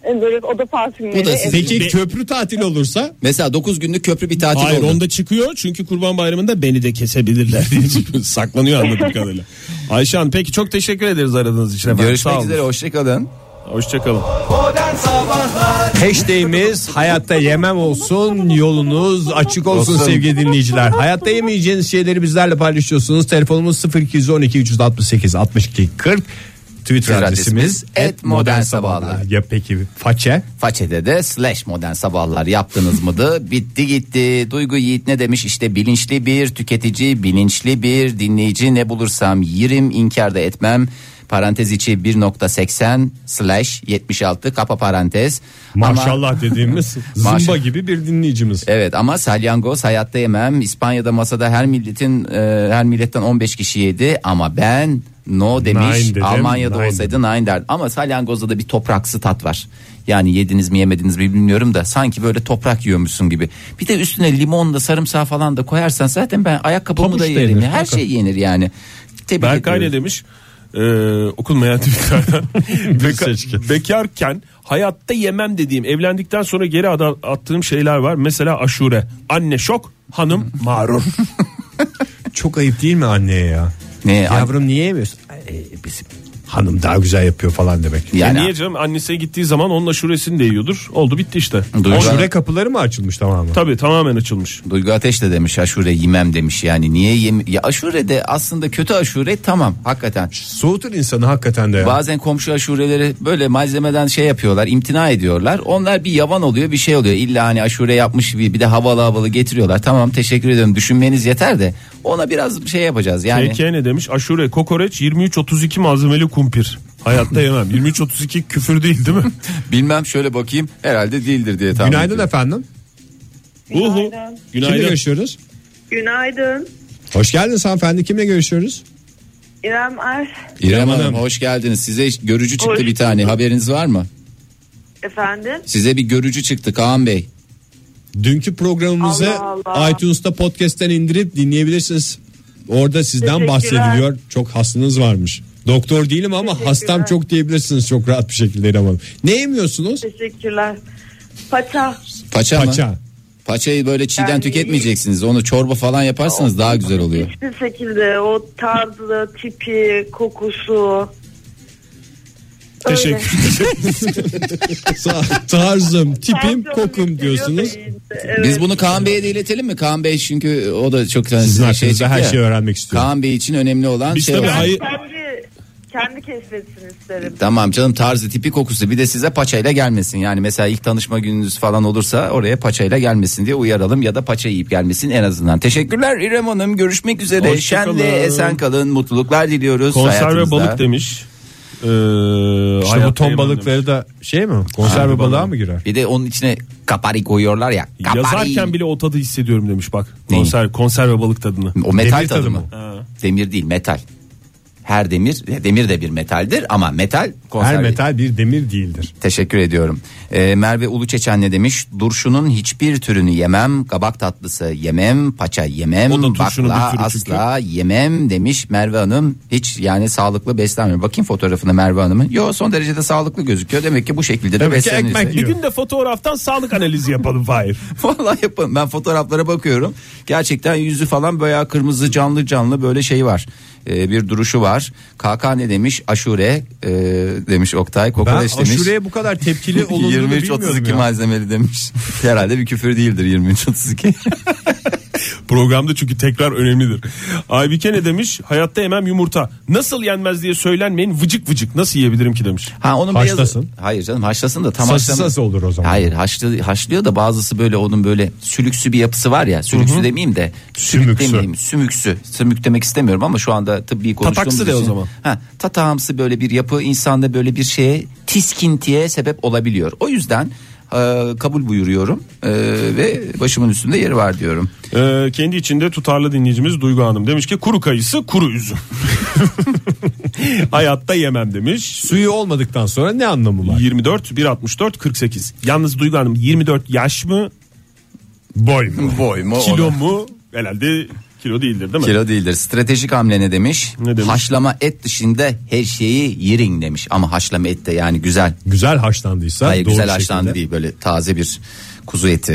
e, böyle oda parfümleri. Bu da siz- Peki Be- köprü tatil olursa? Mesela dokuz günlük köprü bir tatil Hayır oldu. onda çıkıyor çünkü Kurban Bayramı'nda beni de kesebilirler diye saklanıyor anladığım kadarıyla. Ayşe Hanım peki çok teşekkür ederiz aradığınız için efendim. Sağ Görüşmek olun. üzere, hoşçakalın. Hoşçakalın. Modern Sabahlar Hashtag'imiz hayatta yemem olsun, yolunuz açık olsun, Olsun. sevgili dinleyiciler. Hayatta yemeyeceğiniz şeyleri bizlerle paylaşıyorsunuz. Telefonumuz sıfır iki on iki üç altı sekiz altmış iki kırk. Twitter adresimiz et modern sabahlar. Ya peki façe? Façede de slash modern sabahlar yaptınız mıydı? Bitti gitti. Duygu Yiğit ne demiş? İşte bilinçli bir tüketici, bilinçli bir dinleyici, ne bulursam yerim, inkar da etmem. Parantez içi bir nokta seksen slash yetmiş altı kapa parantez. Maşallah Ama, dediğimiz Maşallah. zımba gibi bir dinleyicimiz. evet ama salyangoz hayatta yemem. İspanya'da masada her milletin e, her milletten on beş kişi yedi ama ben no demiş. Nine dedim, Almanya'da nine olsaydı dedim. nine derdi. Ama salyangozda da bir topraksı tat var. Yani yediniz mi yemediniz mi bilmiyorum da sanki böyle toprak yiyormuşsun gibi. Bir de üstüne limon da sarımsağı falan da koyarsan zaten ben ayakkabımı Pabuç da da yerim. yenir, Her hakikaten. şey yenir yani. Tebrik Berkay ne ediyoruz. demiş? Ee, okunmayan tweetlerden. Beka- bekarken hayatta yemem dediğim, evlendikten sonra geri ada- attığım şeyler var. Mesela aşure. Anne şok, hanım mağrur. Çok ayıp değil mi anneye ya? Ne? Yavrum niye yemiyorsun? Ay, bizim hanım daha güzel yapıyor falan demek. Yani E niye canım, annesi gittiği zaman onun aşuresini de yiyordur. Oldu bitti işte. Duygu, Aşure kapıları mı açılmış tamamen? Tabii tamamen açılmış. Duygu Ateş de demiş aşure yemem demiş, yani niye yem ya aşure de aslında kötü aşure, tamam hakikaten. Soğutur insanı hakikaten de ya. Bazen komşu aşureleri böyle malzemeden şey yapıyorlar, imtina ediyorlar. Onlar bir yavan oluyor, bir şey oluyor. İlla hani aşure yapmış gibi bir de havalı havalı getiriyorlar. Tamam teşekkür ederim, düşünmeniz yeter de ona biraz şey yapacağız yani. K K ne demiş? Aşure, kokoreç, yirmi üç otuz iki malzemeli kumpir. Hayatta yemem. yirmi üç otuz iki küfür değil değil mi? Bilmem, şöyle bakayım, herhalde değildir diye tahmin Günaydın ediyorum. efendim. Uhu. Günaydın. Kimle Günaydın. görüşüyoruz? Günaydın. Hoş geldiniz hanımefendi. Kimle görüşüyoruz? İrem Er. İrem Hanım Hanım. hoş geldiniz. Size görücü çıktı Hoş bir tane, haberiniz var mı? Efendim? Size bir görücü çıktı Kaan Bey. Dünkü programımızı Allah Allah. iTunes'ta podcast'ten indirip dinleyebilirsiniz. Orada sizden Teşekkürler. bahsediliyor. Çok hasınız varmış. Doktor değilim ama Teşekkürler. hastam çok diyebilirsiniz çok rahat bir şekilde İrem Hanım. Ne yemiyorsunuz? Teşekkürler. Paça. Paça, mı? Paça. Paçayı böyle çiğden Yani- tüketmeyeceksiniz. Onu çorba falan yaparsanız daha güzel oluyor. Hiçbir şekilde o tarzı, tipi, kokusu. Öyle. Teşekkür Ta- Tarzım, tipim, Tansiyonum kokum yükseliyor diyorsunuz. da iyiydi. Evet. Biz bunu Kaan Bey'e de iletelim mi? Kaan Bey çünkü o da çok Sizin şey hakkınızda çıktı her ya. şeyi öğrenmek istiyorum. Kaan Bey için önemli olan Biz şey tabii var. hayır- kendi, kendi keşfetsin isterim. Tamam canım, tarzı, tipi, kokusu, bir de size paçayla gelmesin. Yani mesela ilk tanışma gününüz falan olursa oraya paçayla gelmesin diye uyaralım ya da paça yiyip gelmesin en azından. Teşekkürler İrem Hanım, görüşmek üzere. Hoşça kalın. Şenle esen kalın, mutluluklar diliyoruz Konserve hayatınızda. balık demiş. Ee, İşte bu hayatta ton yemem balıkları da şey mi? Konserve Konserve balığa balığı. mı girer? Bir de onun içine kapari koyuyorlar ya. demiş. Kapari. Yazarken bile o tadı hissediyorum demiş bak. Neyi? Konser, konserve balık tadını. O metal Demir tadı tadı mı? mı? Ha. Demir değil, metal. Her demir, demir de bir metaldir ama metal Her konserve. metal bir demir değildir. Teşekkür ediyorum. Ee, Merve Uluçeçen ne demiş? Durşunun hiçbir türünü yemem, kabak tatlısı yemem, paça yemem, O da turşunun bakla bir türü çünkü. asla yemem demiş Merve Hanım. Hiç yani sağlıklı beslenmiyor. Bakayım fotoğrafına Merve Hanım'ın. Yo, son derecede sağlıklı gözüküyor. Demek ki bu şekilde de Demek ki ekmek beslenirse. Bir yiyor. gün de fotoğraftan sağlık analizi yapalım Fahir. Vallahi yapın. Ben fotoğraflara bakıyorum. Gerçekten yüzü falan bayağı kırmızı, canlı canlı böyle şey var. Ee, bir duruşu var. K K ne demiş? Aşure e, demiş Oktay. Ben Kokoreç demiş. aşureye bu kadar tepkili olduğunu yirmi üç bilmiyordum otuz iki ya. malzemeli demiş. Herhalde bir küfür değildir yirmi üç otuz iki. Programda çünkü tekrar önemlidir. Aybike ne demiş? Hayatta yemem yumurta. Nasıl yenmez diye söylenmeyin, vıcık vıcık nasıl yiyebilirim ki demiş. Ha onun Haşlasın. beyazı. Hayır canım, haşlasın da tam Sası haşlama- sası olur o zaman. Hayır, haşlı, haşlıyor da bazısı böyle onun böyle sülüksü bir yapısı var ya. Sülüksü demeyeyim de sümük Sümüksü. demeyeyim. Sümüksü. Sümük demek istemiyorum ama şu anda tıbbi konuştuğumuz Tataksı de o için- zaman. Ha, tatağımsı böyle bir yapı insanda böyle bir şeye, tiskintiye sebep olabiliyor. O yüzden e, kabul buyuruyorum e, ve başımın üstünde yeri var diyorum. Ee, kendi içinde tutarlı dinleyicimiz Duygu Hanım demiş ki kuru kayısı, kuru üzüm. Hayatta yemem demiş. Suyu olmadıktan sonra ne anlamı var? yirmi dört bir altmış dört kırk sekiz. Yalnız Duygu Hanım yirmi dört yaş mı, Boy mu? Boy mu? kilo mu? Herhalde Kilo değildir değil mi? Kilo değildir. Stratejik hamle ne demiş? Ne demiş? Haşlama et dışında her şeyi yiyin demiş. Ama haşlama et de yani güzel. Güzel haşlandıysa. Hayır doğru güzel şekilde. haşlandı değil, böyle taze bir kuzu eti.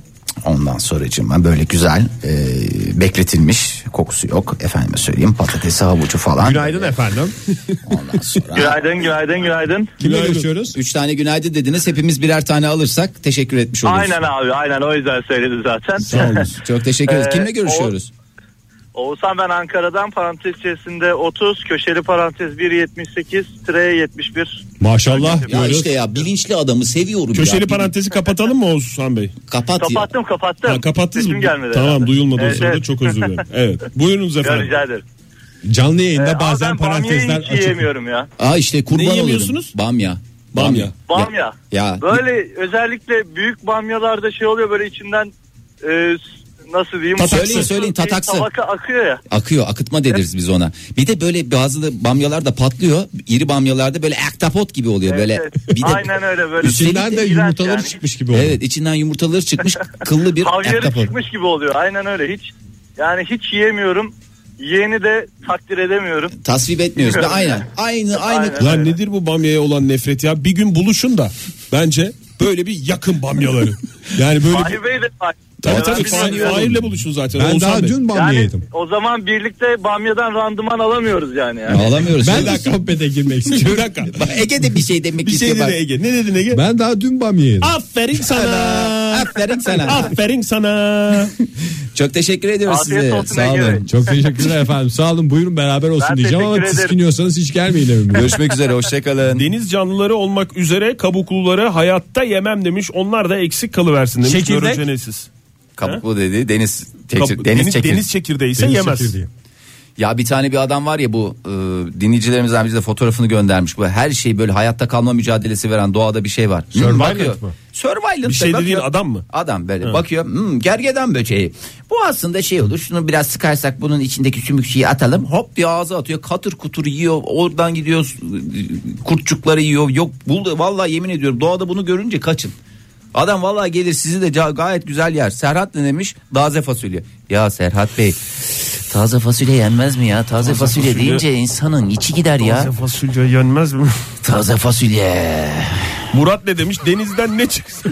Ondan sonracığıma böyle güzel e, bekletilmiş, kokusu yok, efendime söyleyeyim, patatesi, havucu falan. Günaydın efendim. Ondan sonra Günaydın, günaydın, günaydın. Kimle görüşüyoruz? üç tane günaydın dediniz, hepimiz birer tane alırsak teşekkür etmiş oluruz. Aynen abi, aynen o yüzden söyledim zaten. Sağ olun. Çok teşekkür ederiz. Ee, Kimle görüşüyoruz? Oğuzhan ben Ankara'dan, parantez içerisinde otuz, köşeli parantez bir yetmiş sekiz yetmiş bir. Maşallah. Ya diyoruz. işte ya, bilinçli adamı seviyorum. Köşeli ya. parantezi kapatalım mı Oğuzhan Bey? Kapat ya. Kapattım kapattım. Ha, kapattınız Sesim mı? gelmedi Tamam herhalde. duyulmadı o Evet, sırada, evet. çok özür dilerim. Evet. Buyurunuz Ya, efendim. rica ederim. Canlı yayında Ee, bazen abi ben bamyayı parantezler hiç açık. yiyemiyorum ya. Aa işte kurban Ne oluyorum. yemiyorsunuz? Bamya. Bamya. Bamya. Ya. Böyle özellikle büyük bamyalarda şey oluyor, böyle içinden e, nasıl diyeyim? Tataksı. Söyleyin, söyleyin, tataksı. Tabaka akıyor ya. Akıyor, akıtma deriz biz ona. Bir de böyle bazı da bamyalar da patlıyor. İri bamyalarda böyle aktapot gibi oluyor Evet, böyle. evet. Bir de Aynen öyle böyle. İçinden de İğrenç yumurtaları yani. çıkmış gibi oldu. evet, içinden yumurtaları çıkmış, kıllı bir Havyarı aktapot. çıkmış gibi oluyor. Aynen öyle. Hiç yani hiç yiyemiyorum. Yeğeni de takdir edemiyorum. Tasvip etmiyoruz. Be, aynen. Aynı aynı. Aynen. Lan nedir bu bamyaya olan nefret ya? Bir gün buluşun da bence böyle bir yakın bamyaları. Yani böyle bir... Fahir Bey de var. Tabii tabii Ben Fahir- bilmiyorum. Fahir'le buluşun zaten. Ben Oğuzhan daha Bey. dün bamya Yani yedim. o zaman birlikte bamyadan randıman alamıyoruz yani. yani. Ağlamıyoruz. Ben Ben de sohbete girmek istiyorum. Bir dakika. Bak, Ege de bir şey demek Bir şey istiyor. dedi bak. Ege. Ne dedin Ege? Ben daha dün bamya yedim. Aferin sana. Aferin sana. Aferin sana. Çok teşekkür ediyoruz Afiyet size. olsun Sağ Ege olun. Bey. Çok teşekkürler efendim. Sağ olun, buyurun beraber olsun Ben diyeceğim ama teşekkür ederim. tiskiniyorsanız hiç gelmeyin evime. Görüşmek üzere, hoşçakalın. Deniz canlıları olmak üzere kabukluları hayatta yemem demiş. Onlar da eksik kalıversin demiş. Çekirdek? Nörojenesiz. Kabuklu dedi. Deniz çekir, Kab- deniz, deniz, çekir. deniz çekirdeği ise Deniz yemez. çekirdeği. Ya bir tane bir adam var ya, bu e, dinleyicilerimizden bize fotoğrafını göndermiş. Bu her şey böyle hayatta kalma mücadelesi veren doğada bir şey var. Hmm, Survivalent bakıyor. mı? Survivalent Bir şey de dediğin bakıyor. adam mı? Adam böyle bakıyor. Hmm, gergedan böceği. Bu aslında şey olur. Şunu biraz sıkarsak bunun içindeki sümükçüyü atalım. Hop diye ağza atıyor. Katır kutur yiyor. Oradan gidiyor. Kurtçukları yiyor. Yok buldu. Vallahi yemin ediyorum, doğada bunu görünce kaçın. Adam vallahi gelir sizi de gayet güzel yer. Serhat ne demiş? Taze fasulye. Ya Serhat Bey, taze fasulye yenmez mi ya? Taze, fasulye, fasulye- deyince insanın içi gider ya. Taze fasulye yenmez mi? Taze fasulye. Murat ne demiş? Denizden ne çıksın?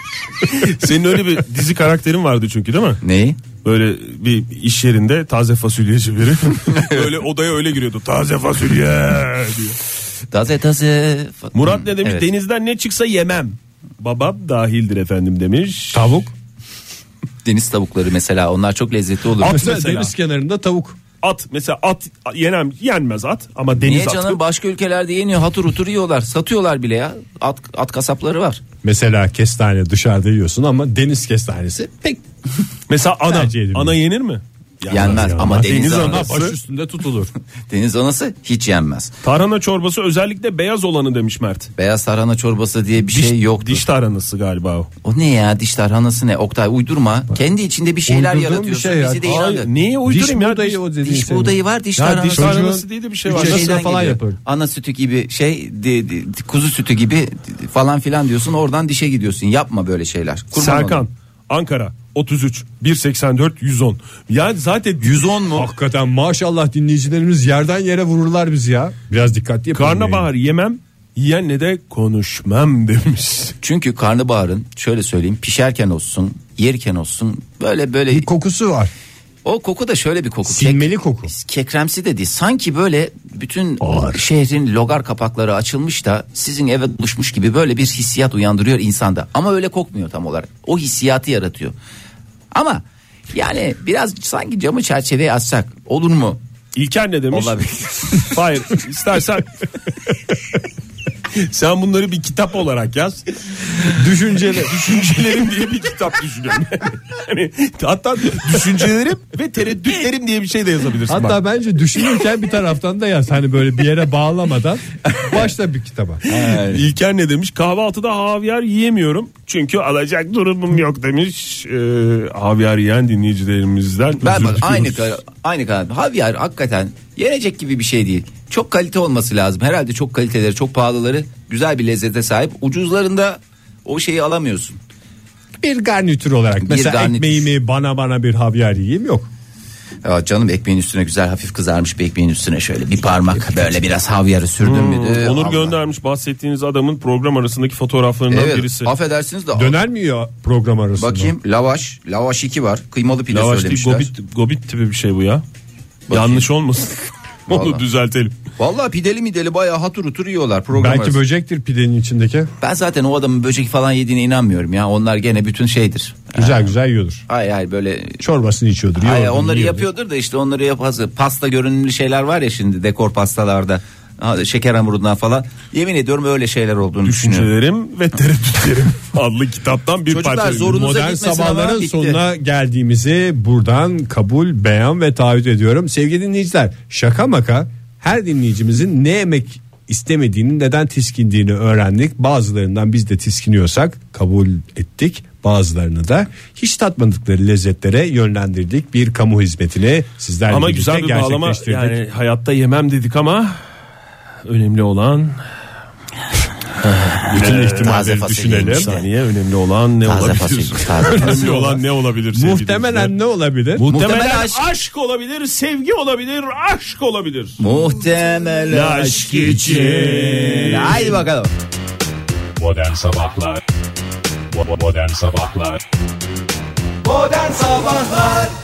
Senin öyle bir dizi karakterin vardı çünkü, değil mi? Neyi? Böyle bir iş yerinde taze fasulyeci biri. Öyle odaya öyle giriyordu. Taze fasulye diyor. Taze taze. Murat ne demiş? Evet. Denizden ne çıksa yemem. Babam dahildir efendim demiş. Tavuk. Deniz tavukları mesela, onlar çok lezzetli olur. At Mesela mesela. deniz kenarında tavuk. At mesela, at yenem yenmez at ama deniz Niye atı. canım, başka ülkelerde yeniyor, hatır hutur yiyorlar, satıyorlar bile ya. At, at kasapları var. Mesela kestane dışarıda yiyorsun ama deniz kestanesi pek Mesela ana. Tercih edilmiyor. Ana yenir mi? Yenmez ama deniz, Deniz anası. anası. baş üstünde tutulur. Deniz anası hiç yenmez. Tarhana çorbası özellikle beyaz olanı demiş Mert. Beyaz tarhana çorbası diye bir Diş, şey yoktur. diş tarhanası galiba o. O ne ya, diş tarhanası ne? Oktay uydurma. Kendi içinde bir şeyler Uydurduğum yaratıyorsun. bir şey ya. Bizi de Hayır, inandır. neye Diş uydurayım ya? buğdayı Diş, o dediğin Diş senin. buğdayı var, diş ya tarhanası. diş Çocuğun tarhanası diye de bir şey var. üç yaşında Şeyden falan geliyor. yapar. Ana sütü gibi şey, di- di- kuzu sütü gibi falan filan diyorsun, oradan dişe gidiyorsun. Yapma böyle şeyler. Kurban Serkan, olayım. Ankara otuz üç bir seksen dört yüz on. Yani zaten yüz on mu? Hakikaten maşallah dinleyicilerimiz yerden yere vururlar bizi ya. Biraz dikkatli yapalım. karnabahar yemem, yiyenle de konuşmam demiş. Çünkü karnabaharın şöyle söyleyeyim, pişerken olsun, yerken olsun, böyle böyle Bir kokusu var. o koku da şöyle bir koku. Silmeli koku. Kekremsi de değil. Sanki böyle bütün şehrin logar kapakları açılmış da sizin eve buluşmuş gibi böyle bir hissiyat uyandırıyor insanda. Ama öyle kokmuyor tam olarak. O hissiyatı yaratıyor. Ama yani biraz sanki camı çerçeveye açsak olur mu? İlker ne demiş? Olabilir. Hayır, istersen sen bunları bir kitap olarak yaz. Düşünceler, düşüncelerim diye bir kitap düşünüyorum. Yani, hatta düşüncelerim ve tereddütlerim diye bir şey de yazabilirsin. Hatta bak. bence düşünürken bir taraftan da yaz. Hani böyle bir yere bağlamadan başla bir kitaba. İlker ne demiş? Kahvaltıda havyar yiyemiyorum. Çünkü alacak durumum yok demiş. Ee, havyar yiyen dinleyicilerimizden. Ben özür bak diliyoruz. aynı kar- aynı kadar. Havyar hakikaten yenecek gibi bir şey değil. Çok kalite olması lazım. Herhalde çok kaliteleri, çok pahalıları güzel bir lezzete sahip. Ucuzlarında o şeyi alamıyorsun. Bir garnitür olarak. Bir Mesela garnitür. ekmeğimi bana bana bir havyar yiyeyim yok. Ya canım ekmeğin üstüne güzel hafif kızarmış bir ekmeğin üstüne şöyle bir parmak böyle biraz havyarı sürdüm Hmm, müydü? Onur Allah. göndermiş bahsettiğiniz adamın program arasındaki fotoğraflarından Evet, birisi. affedersiniz de Döner mi yiyor program arasında? bakayım lavaş lavaş iki var kıymalı pide Lavaş değil, söylemişler. gobit, gobit tipi bir şey bu ya. Bakayım. Yanlış olmasın. Onu Vallahi. düzeltelim. Vallahi pideli mideli bayağı hatur hutur yiyorlar program Belki arası. böcektir pidenin içindeki. Ben zaten o adamın böcek falan yediğine inanmıyorum ya. Onlar gene bütün şeydir. Güzel güzel yiyordur. Hayır hayır böyle. Çorbasını içiyordur. Hayır, yoğurdunu onları yiyordur. yapıyordur da işte onları yapaz. Pasta görünümlü şeyler var ya şimdi dekor pastalarda. Ha, şeker hamurundan falan. Yemin ediyorum öyle şeyler olduğunu düşünüyorum. Düşüncelerim ve tereddütlerim adlı kitaptan bir Çocuklar, parça. zorunuza Modern gitmesin ama sabahların bitti. sonuna geldiğimizi buradan kabul, beyan ve taahhüt ediyorum. Sevgili dinleyiciler, şaka maka her dinleyicimizin ne yemek istemediğini, neden tiskindiğini öğrendik. Bazılarından biz de tiskiniyorsak kabul ettik. Bazılarını da hiç tatmadıkları lezzetlere yönlendirdik. Bir kamu hizmetini sizlerle Ama birlikte güzel bir bağlama, gerçekleştirdik. yani hayatta yemem dedik ama önemli olan Bütün Taze ihtimalleri fasulye düşünelim. bir saniye, önemli olan ne Taze olabilir? fasulye, taze Önemli fasulye. olan ne olabilir sevgili Muhtemelen ne olabilir? Muhtemelen, Muhtemelen aşk. aşk. olabilir, sevgi olabilir, aşk olabilir. Muhtemel Aşk için. Haydi bakalım. Modern Sabahlar Bo- Modern Sabahlar Modern Sabahlar